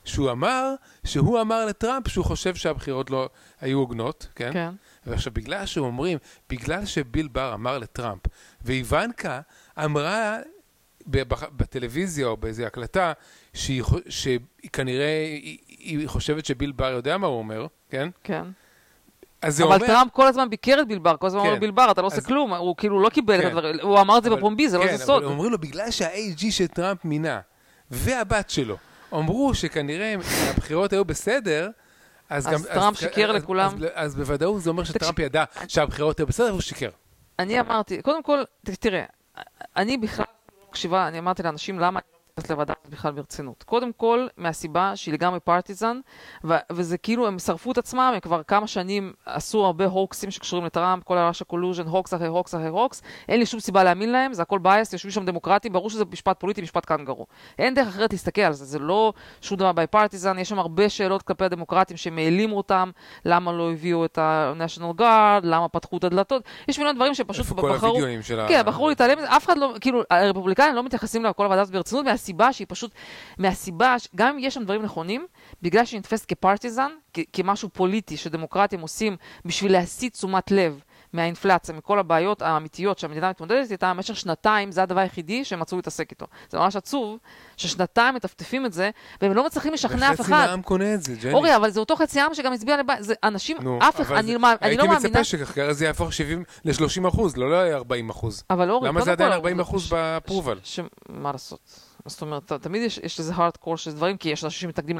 שהוא אמר לטראמפ שהוא חושב שהבחירות לא היו הוגנות, כן? כן. ועכשיו בגלל בגלל שביל בר אמר לטראמפ, ואיוונקה אמרה בטלוויזיה או באיזו הקלטה, שהיא כנראה, היא חושבת שביל בר יודע מה הוא אומר, כן? כן. אבל טראמפ כל הזמן ביקר את ביל בר, כל הזמן אמר לו ביל בר, אתה לא עושה כלום, הוא כאילו לא קיבל את הדברים, הוא אמר את זה בפומבי, זה לא איזה סוד. אבל אומרים לו, בגלל שה-AG שטראמפ מינה, והבת שלו, אמרו שכנראה הבחירות היו בסדר, אז טראמפ שיקר לכולם. אז בוודאות זה אומר שטראמפ ידע שהבחירות היו בסדר, והוא שיקר. אני אמרתי, קודם כל, תראה, אני בכלל מקשיבה, אני אמרתי לאנשים למה לוועדה בכלל ברצינות. קודם כל, מהסיבה שהיא לגמרי פרטיזן, וזה כאילו, הם שרפו את עצמם, הם כבר כמה שנים עשו הרבה הוקסים שקשורים לטראמפ, כל הרשע קולוז'ן, הוקס אחרי הוקס אחרי הוקס, אין לי שום סיבה להאמין להם, זה הכל בייס, יושבים שם דמוקרטים, ברור שזה משפט פוליטי, משפט קנגרו. אין דרך אחרת להסתכל על זה, זה לא שום דבר ביי פרטיזן, יש שם הרבה שאלות כלפי הדמוקרטים שמעלים אותם, למה לא הביאו את ה-National Guard, למה פתחו את הדלתות, יש מיליון דברים שפשוט בחרו, כן, בחרו להתעלם, אף אחד לא, כאילו, הרפובליקאים לא מתייחסים לכל הוועדה הזאת ברצינות, מהסיבה שהיא פשוט, גם אם יש שם דברים נכונים, בגלל שהיא נתפסת כפרטיזן, כמשהו פוליטי שדמוקרטים עושים בשביל להסיט תשומת לב מהאינפלציה, מכל הבעיות האמיתיות שהמדינה מתמודדת איתה, במשך שנתיים זה הדבר היחידי שהם מצאו להתעסק איתו. זה ממש עצוב, ששנתיים מטפטפים את זה, והם לא מצליחים לשכנע אף אחד. וחצי העם קונה את זה, ג'ני. אורי, אבל זה אותו חצי העם שגם הצביע לבית, זה אנשים, אף אחד, אני לא מאמינה. הייתי מצפה שככה זה יהפוך 70-30%, לא 40%. אבל אורי, למה זה עדיין 40% בפרובל? מה לעשות? זאת אומרת, תמיד יש לזה הארדקור של דברים, כי יש אנשים שמתנגדים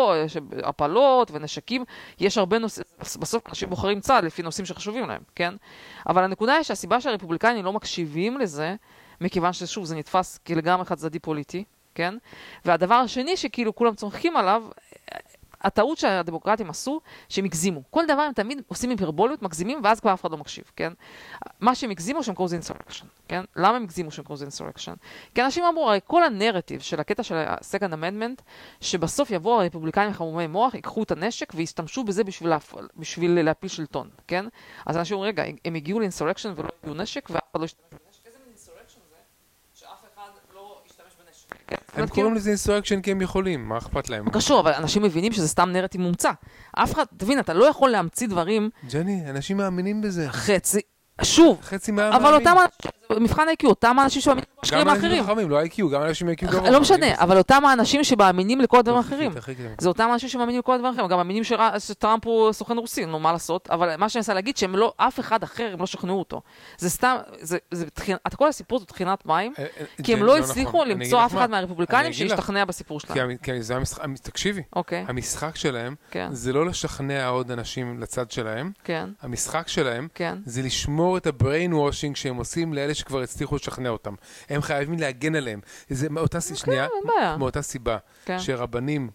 להפלות ונשקים, יש הרבה נושאים, בסוף אנשים בוחרים צעד לפי נושאים שחשובים להם, כן? אבל הנקודה היא שהסיבה שהרפובליקנים לא מקשיבים לזה, מכיוון ששוב, זה נתפס כלגמרי חד צדדי פוליטי, כן? והדבר השני שכאילו כולם צוחקים עליו, הטעות שהדמוקרטים עשו, שהם הגזימו. כל דבר הם תמיד עושים היפרבוליות, מגזימים, ואז כבר אף אחד לא מקשיב, כן? מה שהם הגזימו שהם קוראים insurrection, כן? למה הם הגזימו שהם קוראים insurrection? כי אנשים אמרו, הרי כל הנרטיב של הקטע של ה-Second Amendment, שבסוף יבואו הרפובליקאים חמומי מוח, ייקחו את הנשק וישתמשו בזה בשביל להפיל שלטון, כן? אז אנשים אומרים, רגע, הם הגיעו ל-insurrection ולא הגיעו נשק, ואף אחד לא ישתמש בנשק. איזה מין insurrection זה? שאף אחד לא ישתמש בנשק. הם קוראים לזה insurrection כי הם יכולים, מה אכפת להם? קשור, אבל אנשים מבינים שזה סתם נרטיב מומצא. אף אחד, תבין, אתה לא יכול להמציא דברים... ג'ני, אנשים מאמינים בזה. חצי, שוב, חצי מהמאמין. אבל אותם, מבחן ה-IQ, אותם האנשים שמאמינים במשקרים האחרים. גם אנשים חכמים, לא IQ, גם אנשים IQ גבוה. לא משנה, אבל אותם האנשים שמאמינים לכל הדברים האחרים. זה אותם האנשים שמאמינים לכל הדברים האחרים, גם מאמינים שטראמפ הוא סוכן רוסי, נו, מה לעשות? אבל מה שאני רוצה להגיד, שהם לא, אף אחד אחר, הם לא שכנעו אותו. זה סתם, כל הסיפור זה תחינת מים, כי הם לא הצליחו למצוא אף אחד מהרפובליקנים שישתכנע בסיפור שלהם. תקשיבי, המשחק שלהם זה לא לשכנע עוד אנשים לצד שלהם. המשחק שלהם זה לשמור את ה-brain washing שהם עושים לאלה שכבר הצליחו לשכנע אותם. הם חייבים להגן עליהם. זה מאותה סיבה שרבנים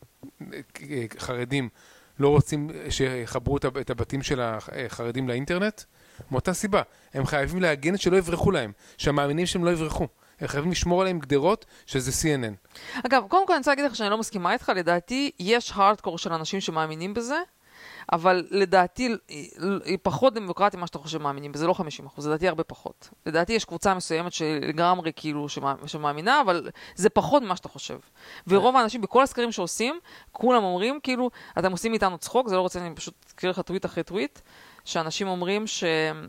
חרדים לא רוצים שיחברו את הבתים של החרדים לאינטרנט, מאותה סיבה. הם חייבים להגן שלא יברחו להם, שהמאמינים שהם לא יברחו. הם חייבים לשמור עליהם גדרות שזה CNN. אגב, קודם כל אני רוצה להגיד לך שאני לא מסכימה איתך, לדעתי יש הארדקור של אנשים שמאמינים בזה, אבל לדעתי היא פחות דמוקרטיה ממה שאתה חושב מאמינים, וזה לא 50%, לדעתי הרבה פחות. לדעתי יש קבוצה מסוימת שלגמרי כאילו שמאמינה, אבל זה פחות ממה שאתה חושב. ורוב האנשים בכל הסקרים שעושים, כולם אומרים כאילו, אתם עושים איתנו צחוק, זה לא רוצה, אני פשוט אקריא לך טוויט אחרי טוויט, שאנשים אומרים ש...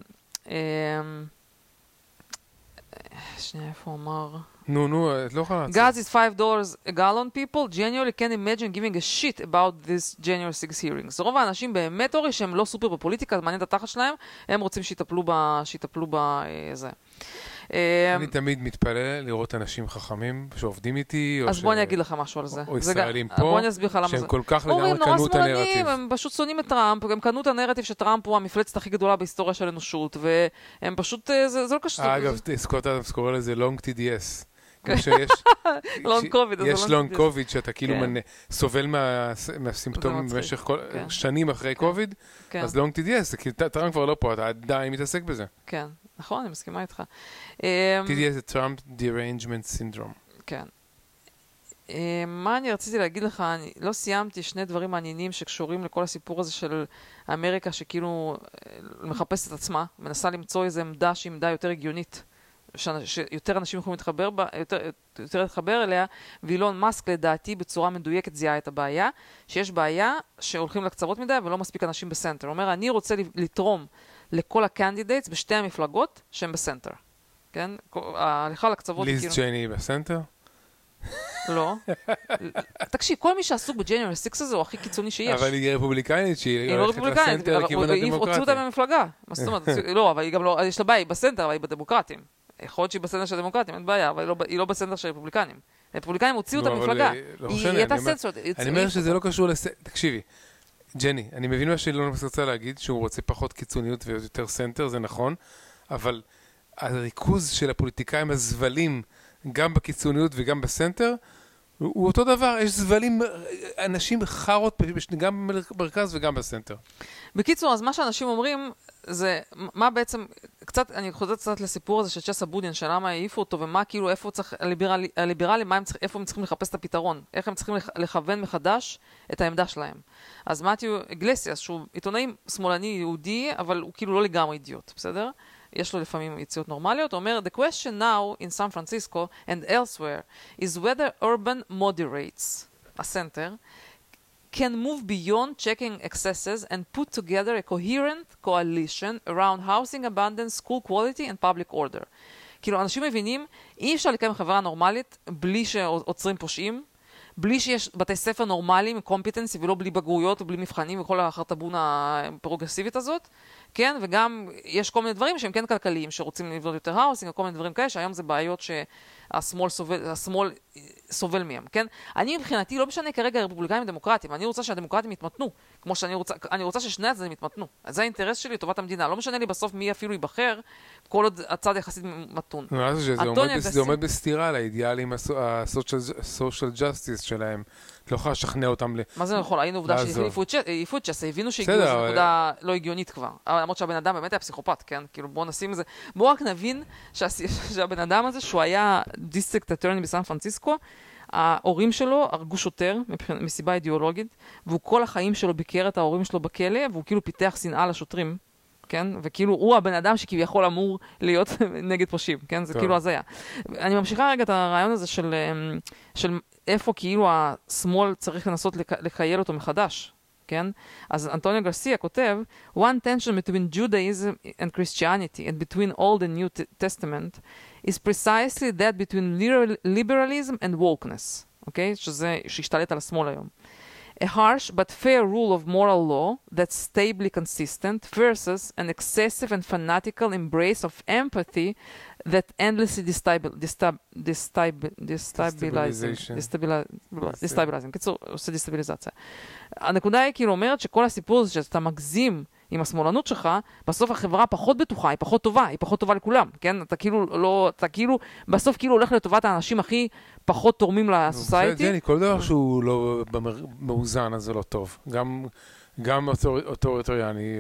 שנייה, איפה אמר? נו, את לא יכולה להציע. Gas is $5 a gallon people, genuinely can't imagine giving a shit about this January 6 hearings. רוב האנשים באמת, אורי, שהם לא סופר בפוליטיקה, מעניין את התחת שלהם, הם רוצים שיטפלו בזה. אני תמיד מתפלא לראות אנשים חכמים שעובדים איתי, אז בוא אני אגיד לך משהו על זה. או ישראלים פה, שהם כל כך לגמרי קנו את הנרטיב. הם פשוט שונאים את טראמפ, הם קנו את הנרטיב שטראמפ הוא המפלצת הכי גדולה בהיסטוריה של אנושות, והם פשוט, זה לא קשור. אגב, סקוט אדמס קורא לזה long TDS. כמו שיש, יש long COVID שאתה כאילו סובל מהסימפטומים במשך שנים אחרי COVID, אז long TDS, כי טראמפ כבר לא פה, אתה עדיין מתעסק בזה. כן, נכון, אני מסכימה איתך. TDS זה Trump Derangement Syndrome. כן. מה אני רציתי להגיד לך, אני לא סיימתי שני דברים מעניינים שקשורים לכל הסיפור הזה של אמריקה, שכאילו מחפשת את עצמה, מנסה למצוא איזו עמדה שהיא עמדה יותר הגיונית שיותר אנשים יכולים יותר להתחבר אליה, ואילון מאסק לדעתי בצורה מדויקת זיהה את הבעיה, שיש בעיה שהולכים לקצוות מדי ולא מספיק אנשים בסנטר. הוא אומר, אני רוצה לתרום לכל הקנדידייטס בשתי המפלגות שהם בסנטר. כן? ההליכה לקצבות... ליז צ'ייני בסנטר? לא. תקשיב, כל מי שעסוק בג'נוארי 6 הזה הוא הכי קיצוני שיש. אבל היא רפובליקנית שהיא היא לא רפובליקנית, היא הוציאו אותה מהמפלגה. מה זאת אומרת? לא, אבל היא גם לא, יש לה בעיה, היא בסנטר, אבל היא בדמוקרטים. יכול להיות שהיא בסנטר של הדמוקרטים, אין בעיה, אבל היא לא בסנטר של רפובליקנים. הרפובליקנים הוציאו אותה מהמפלגה. היא הייתה סנסור. אני אומר שזה לא קשור תקשיבי, ג'ני, אני מבין מה שאילון מאסק רוצה להגיד, שהוא רוצה פחות קיצוניות ויותר סנטר, זה נכון, אבל הריכוז של הפוליטיקאים הזבלים גם בקיצוניות וגם בסנטר, הוא אותו דבר, יש זבלים, אנשים חרות גם במרכז וגם בסנטר. בקיצור, אז מה שאנשים אומרים, זה מה בעצם, קצת, אני חוזרת קצת לסיפור הזה של צ'סה בודיאן, של למה העיפו אותו, ומה כאילו, איפה צריך, הליברלים, איפה הם צריכים לחפש את הפתרון, איך הם צריכים לכוון מחדש את העמדה שלהם. אז מתיו איגלסיאס, שהוא עיתונאי שמאלני יהודי, אבל הוא כאילו לא לגמרי אידיוט, בסדר? יש לו לפעמים יציאות נורמליות, הוא אומר, the question now in San Francisco and elsewhere is whether urban moderates, a center, can move beyond checking excesses and put together a coherent coalition around housing abundance, school quality and public order. כאילו, אנשים מבינים, אי אפשר לקיים חברה נורמלית בלי שעוצרים פושעים, בלי שיש בתי ספר נורמליים, קומפיטנסי, ולא בלי בגרויות ובלי מבחנים וכל החרטבון הפרוגרסיבית הזאת, כן? וגם יש כל מיני דברים שהם כן כלכליים, שרוצים לבנות יותר האוסינג, כל מיני דברים כאלה, שהיום זה בעיות שהשמאל סובל מהם, כן? אני מבחינתי לא משנה כרגע רפובליקאים דמוקרטיים, אני רוצה שהדמוקרטים יתמתנו, כמו שאני רוצה ששני הצדדים יתמתנו. זה האינטרס שלי לטובת המדינה, לא משנה לי בסוף מי אפילו ייבחר, כל עוד הצד יחסית מתון. זה עומד בסתירה לאידיאלים ה-social justice שלהם. לא יכולה לשכנע אותם מה זה יכול? היינו עובדה שהעיפו את צ'סה, הבינו שהגיעו איזו נקודה לא הגיונית כבר. למרות שהבן אדם באמת היה פסיכופת, כן? כאילו בואו נשים את זה. בואו רק נבין שהבן אדם הזה, שהוא היה דיסטריקט אטורני בסן פרנסיסקו, ההורים שלו הרגו שוטר מסיבה אידיאולוגית, והוא כל החיים שלו ביקר את ההורים שלו בכלא, והוא כאילו פיתח שנאה לשוטרים, כן? וכאילו הוא הבן אדם שכביכול אמור להיות נגד פושעים, כן? זה כאילו הזיה. אני ממשיכה רגע את הרעיון הזה של איפה כאילו השמאל צריך לנסות לקייל אותו מחדש, כן? אז אנטוניו גרסיה כותב, One tension between Judaism and Christianity and between Old and New Testament is precisely that between liberalism and wokeness, אוקיי? שזה שהשתלט על השמאל היום. A harsh but fair rule of moral law that's stably consistent versus an excessive and fanatical embrace of empathy that endlessly destabilizing. קיצור, עושה דיסטביליזציה. הנקודה היא כאילו אומרת שכל הסיפור הזה שאתה מגזים עם השמאלנות שלך, בסוף החברה פחות בטוחה, היא פחות טובה לכולם, כן? אתה כאילו בסוף כאילו הולך לטובת האנשים הכי פחות תורמים לסוסייטי. כל דבר שהוא לא מאוזן, אז זה לא טוב. גם אוטוריטריאני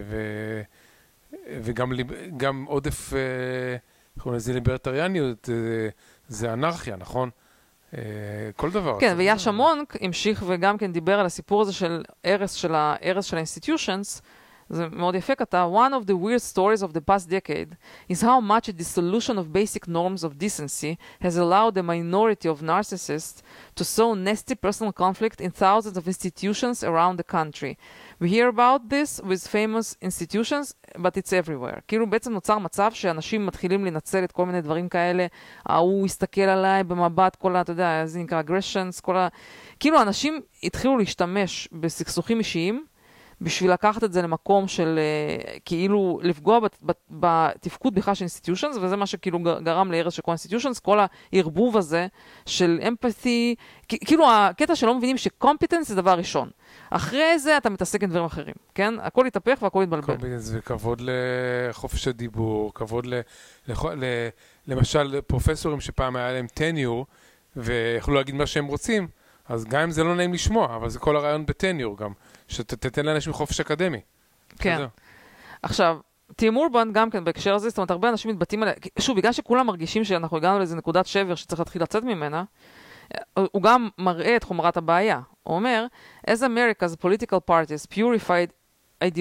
וגם עודף, זה ליברטריאניות, זה אנרכיה, נכון? כל דבר. כן, ויאשה מונק המשיך וגם כן דיבר על הסיפור הזה של הרס של ה-institutions, זה מאוד יפה כתב, one of the weird stories of the past decade is how much a dissolution of basic norms of decency has allowed a minority of narcissists to sow nasty personal conflict in thousands of institutions around the country. We hear about this with famous institutions, but it's everywhere. כאילו בעצם נוצר מצב שאנשים מתחילים לנצל את כל מיני דברים כאלה, הוא יסתכל עליי במבט, כל אתה יודע, זה נקרא aggressions, כאילו אנשים התחילו להשתמש בסכסוכים אישיים, בשביל לקחת את זה למקום של כאילו לפגוע בתפקוד בכלל של institutions, וזה מה שכאילו גרם להרס של כל institutions, כל הערבוב הזה של empathy, כאילו הקטע שלא מבינים ש-competence זה דבר ראשון. אחרי זה אתה מתעסק עם דברים אחרים, כן? הכל יתהפך והכל יתבלבל. competence וכבוד לחופש הדיבור, כבוד למשל פרופסורים שפעם היה להם tenure, ויכולו להגיד מה שהם רוצים, אז גם אם זה לא נעים לשמוע, אבל זה כל הרעיון בטניור גם, שתתן לאנשים חופש אקדמי. כן. עכשיו, טים אורבן גם כן בהקשר הזה, זאת אומרת, הרבה אנשים מתבטאים עליה, שוב, בגלל שכולם מרגישים שאנחנו הגענו לאיזו נקודת שבר שצריך להתחיל לצאת ממנה, הוא גם מראה את חומרת הבעיה. הוא אומר, as America's political parties purified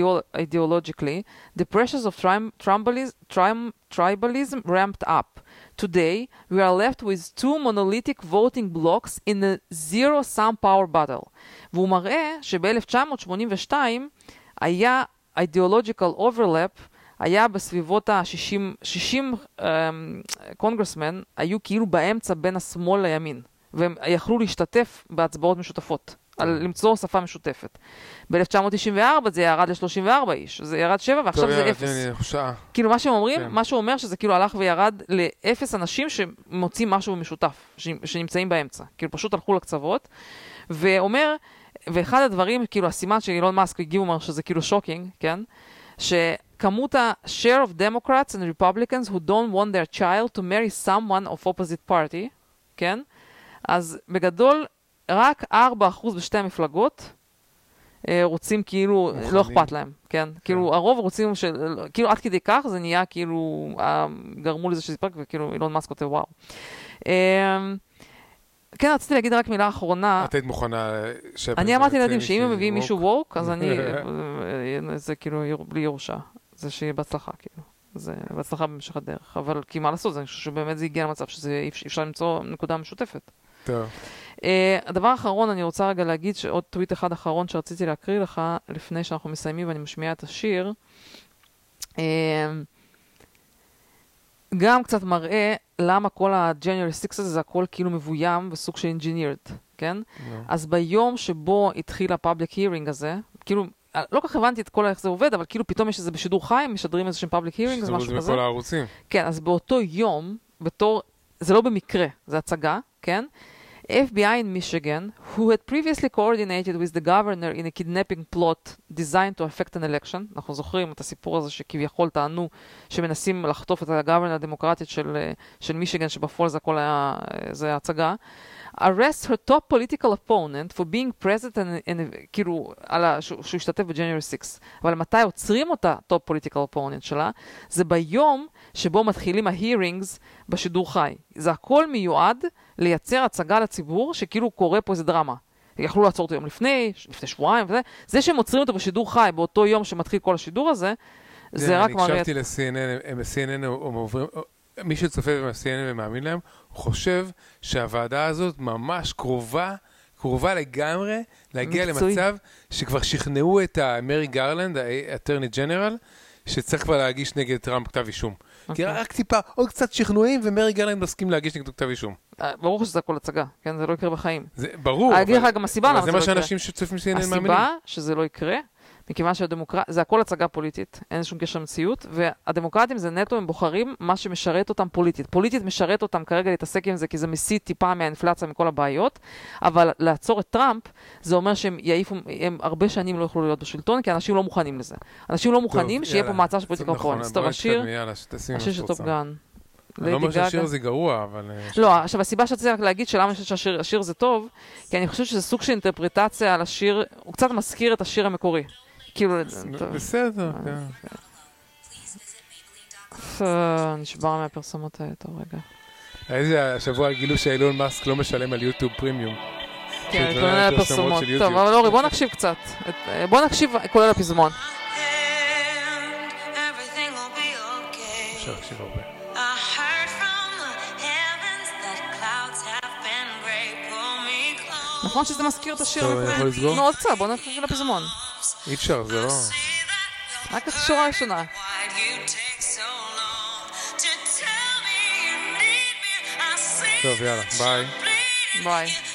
ideologically, the pressures of tribalism ramped up. Today, we are left with two monolithic voting blocks in a zero-sum power battle. והוא מראה שב-1982 היה ideological overlap, היה בסביבות ה-60 קונגרסמן, היו כאילו באמצע בין השמאל לימין, והם יכלו להשתתף בהצבעות משותפות, למצוא שפה משותפת. ב-1994 זה ירד ל-34 איש, זה ירד 7 ועכשיו זה 0. כאילו מה שהם אומרים, מה שהוא אומר שזה כאילו הלך וירד ל-0 אנשים שמוצאים משהו משותף, שנמצאים באמצע. כאילו פשוט הלכו לקצוות, ואומר, ואחד הדברים, כאילו הסימן של אילון מאסק הגיעו אומר שזה כאילו שוקינג, כן? שכמות ה-share of Democrats and Republicans who don't want their child to marry someone of opposite party, כן? אז בגדול, רק 4% בשתי המפלגות רוצים כאילו, לא אכפת להם, כן? כאילו הרוב רוצים, כאילו עד כדי כך זה נהיה כאילו, גרמו לזה שזה פרק וכאילו אילון מאסק כותב וואו. כן, רציתי להגיד רק מילה אחרונה. את היית מוכנה... אני אמרתי לילדים שאם הם מביאים מישהו ווק, אז אני... זה כאילו בלי ירושה. זה שיהיה בהצלחה, כאילו. זה בהצלחה במשך הדרך. אבל כי מה לעשות, אני חושב שבאמת זה הגיע למצב שזה אפשר למצוא נקודה משותפת. טוב. הדבר האחרון, אני רוצה רגע להגיד שעוד טוויט אחד אחרון שרציתי להקריא לך, לפני שאנחנו מסיימים ואני משמיעה את השיר. גם קצת מראה למה כל ה-January 6 הזה זה הכל כאילו מבוים וסוג של engineered, כן? אז ביום שבו התחיל ה-public hearing הזה, כאילו, לא כך הבנתי את כל איך זה עובד, אבל כאילו פתאום יש איזה בשידור חי, משדרים איזה שהם public hearing, זה משהו כזה. בכל הערוצים. כן, אז באותו יום, זה לא במקרה, זה הצגה, כן? FBI in Michigan, who had previously coordinated with the governor in a kidnapping plot designed to affect an election, אנחנו זוכרים את הסיפור הזה שכביכול טענו שמנסים לחטוף את הגוורנר הדמוקרטית של מישיגן, שבפועל זה הכל היה, זה הצגה, arrest her top political opponent for being present כאילו, שהוא השתתף ב-January 6. אבל מתי עוצרים אותה, top political opponent שלה? זה ביום שבו מתחילים ה-hearings בשידור חי. זה הכל מיועד לייצר הצגה לציבור שכאילו קורה פה איזה דרמה. יכלו לעצור אותו יום לפני שבועיים וזה. זה שהם עוצרים אותו בשידור חי באותו יום שמתחיל כל השידור הזה, זה רק מראה... אני הקשבתי ל-CNN, מי שצופה ב-CNN ומאמין להם, הוא חושב שהוועדה הזאת ממש קרובה לגמרי להגיע למצב שכבר שכנעו את מרי גרלנד, האטרני ג'נרל, שצריך כבר להגיש נגד טראמפ כתב אישום. כי רק טיפה, עוד קצת שכנועים, ומרי גרלנד מסכים להגיש נגדו כתב אישום. ברור שזה הכל הצגה, כן? זה לא יקרה בחיים. ברור. אגיד לך גם הסיבה, זה מה שאנשים שצופים CNN מאמינים. הסיבה שזה לא יקרה, מכיוון זה הכל הצגה פוליטית, אין שום קשר למציאות, והדמוקרטים זה נטו, הם בוחרים מה שמשרת אותם פוליטית. פוליטית משרת אותם כרגע להתעסק עם זה, כי זה מסית טיפה מהאינפלציה, מכל הבעיות, אבל לעצור את טראמפ, זה אומר שהם יעיפו, הם הרבה שנים לא יוכלו להיות בשלטון, כי אנשים לא מוכנים לזה. אנשים לא מוכנים שיהיה פה מעצר של פוליטיקה קורנס. טוב, השיר של טופ גן. אני לא אומר שהשיר זה גרוע, אבל... לא, עכשיו הסיבה שרציתי רק להגיד שלמה אני חושבת שהשיר זה טוב, כי אני חושבת שזה סוג של אינטרפרטציה על השיר, הוא קצת מזכיר את השיר המקורי. כאילו... בסדר, כן. נשבר מהפרסומות האלה, טוב רגע. איזה השבוע גילו שאילון מאסק לא משלם על יוטיוב פרימיום. כן, כולל הפרסומות. טוב, אבל אורי, בוא נקשיב קצת. בוא נקשיב כולל הפזמון. אפשר להקשיב הרבה. נכון שזה מזכיר את השיר? טוב, אני יכול לסגור? מאוד קצת, בוא נקשיב לפזמון. אי אפשר, זה לא... רק את השורה הראשונה. טוב, יאללה, ביי. ביי.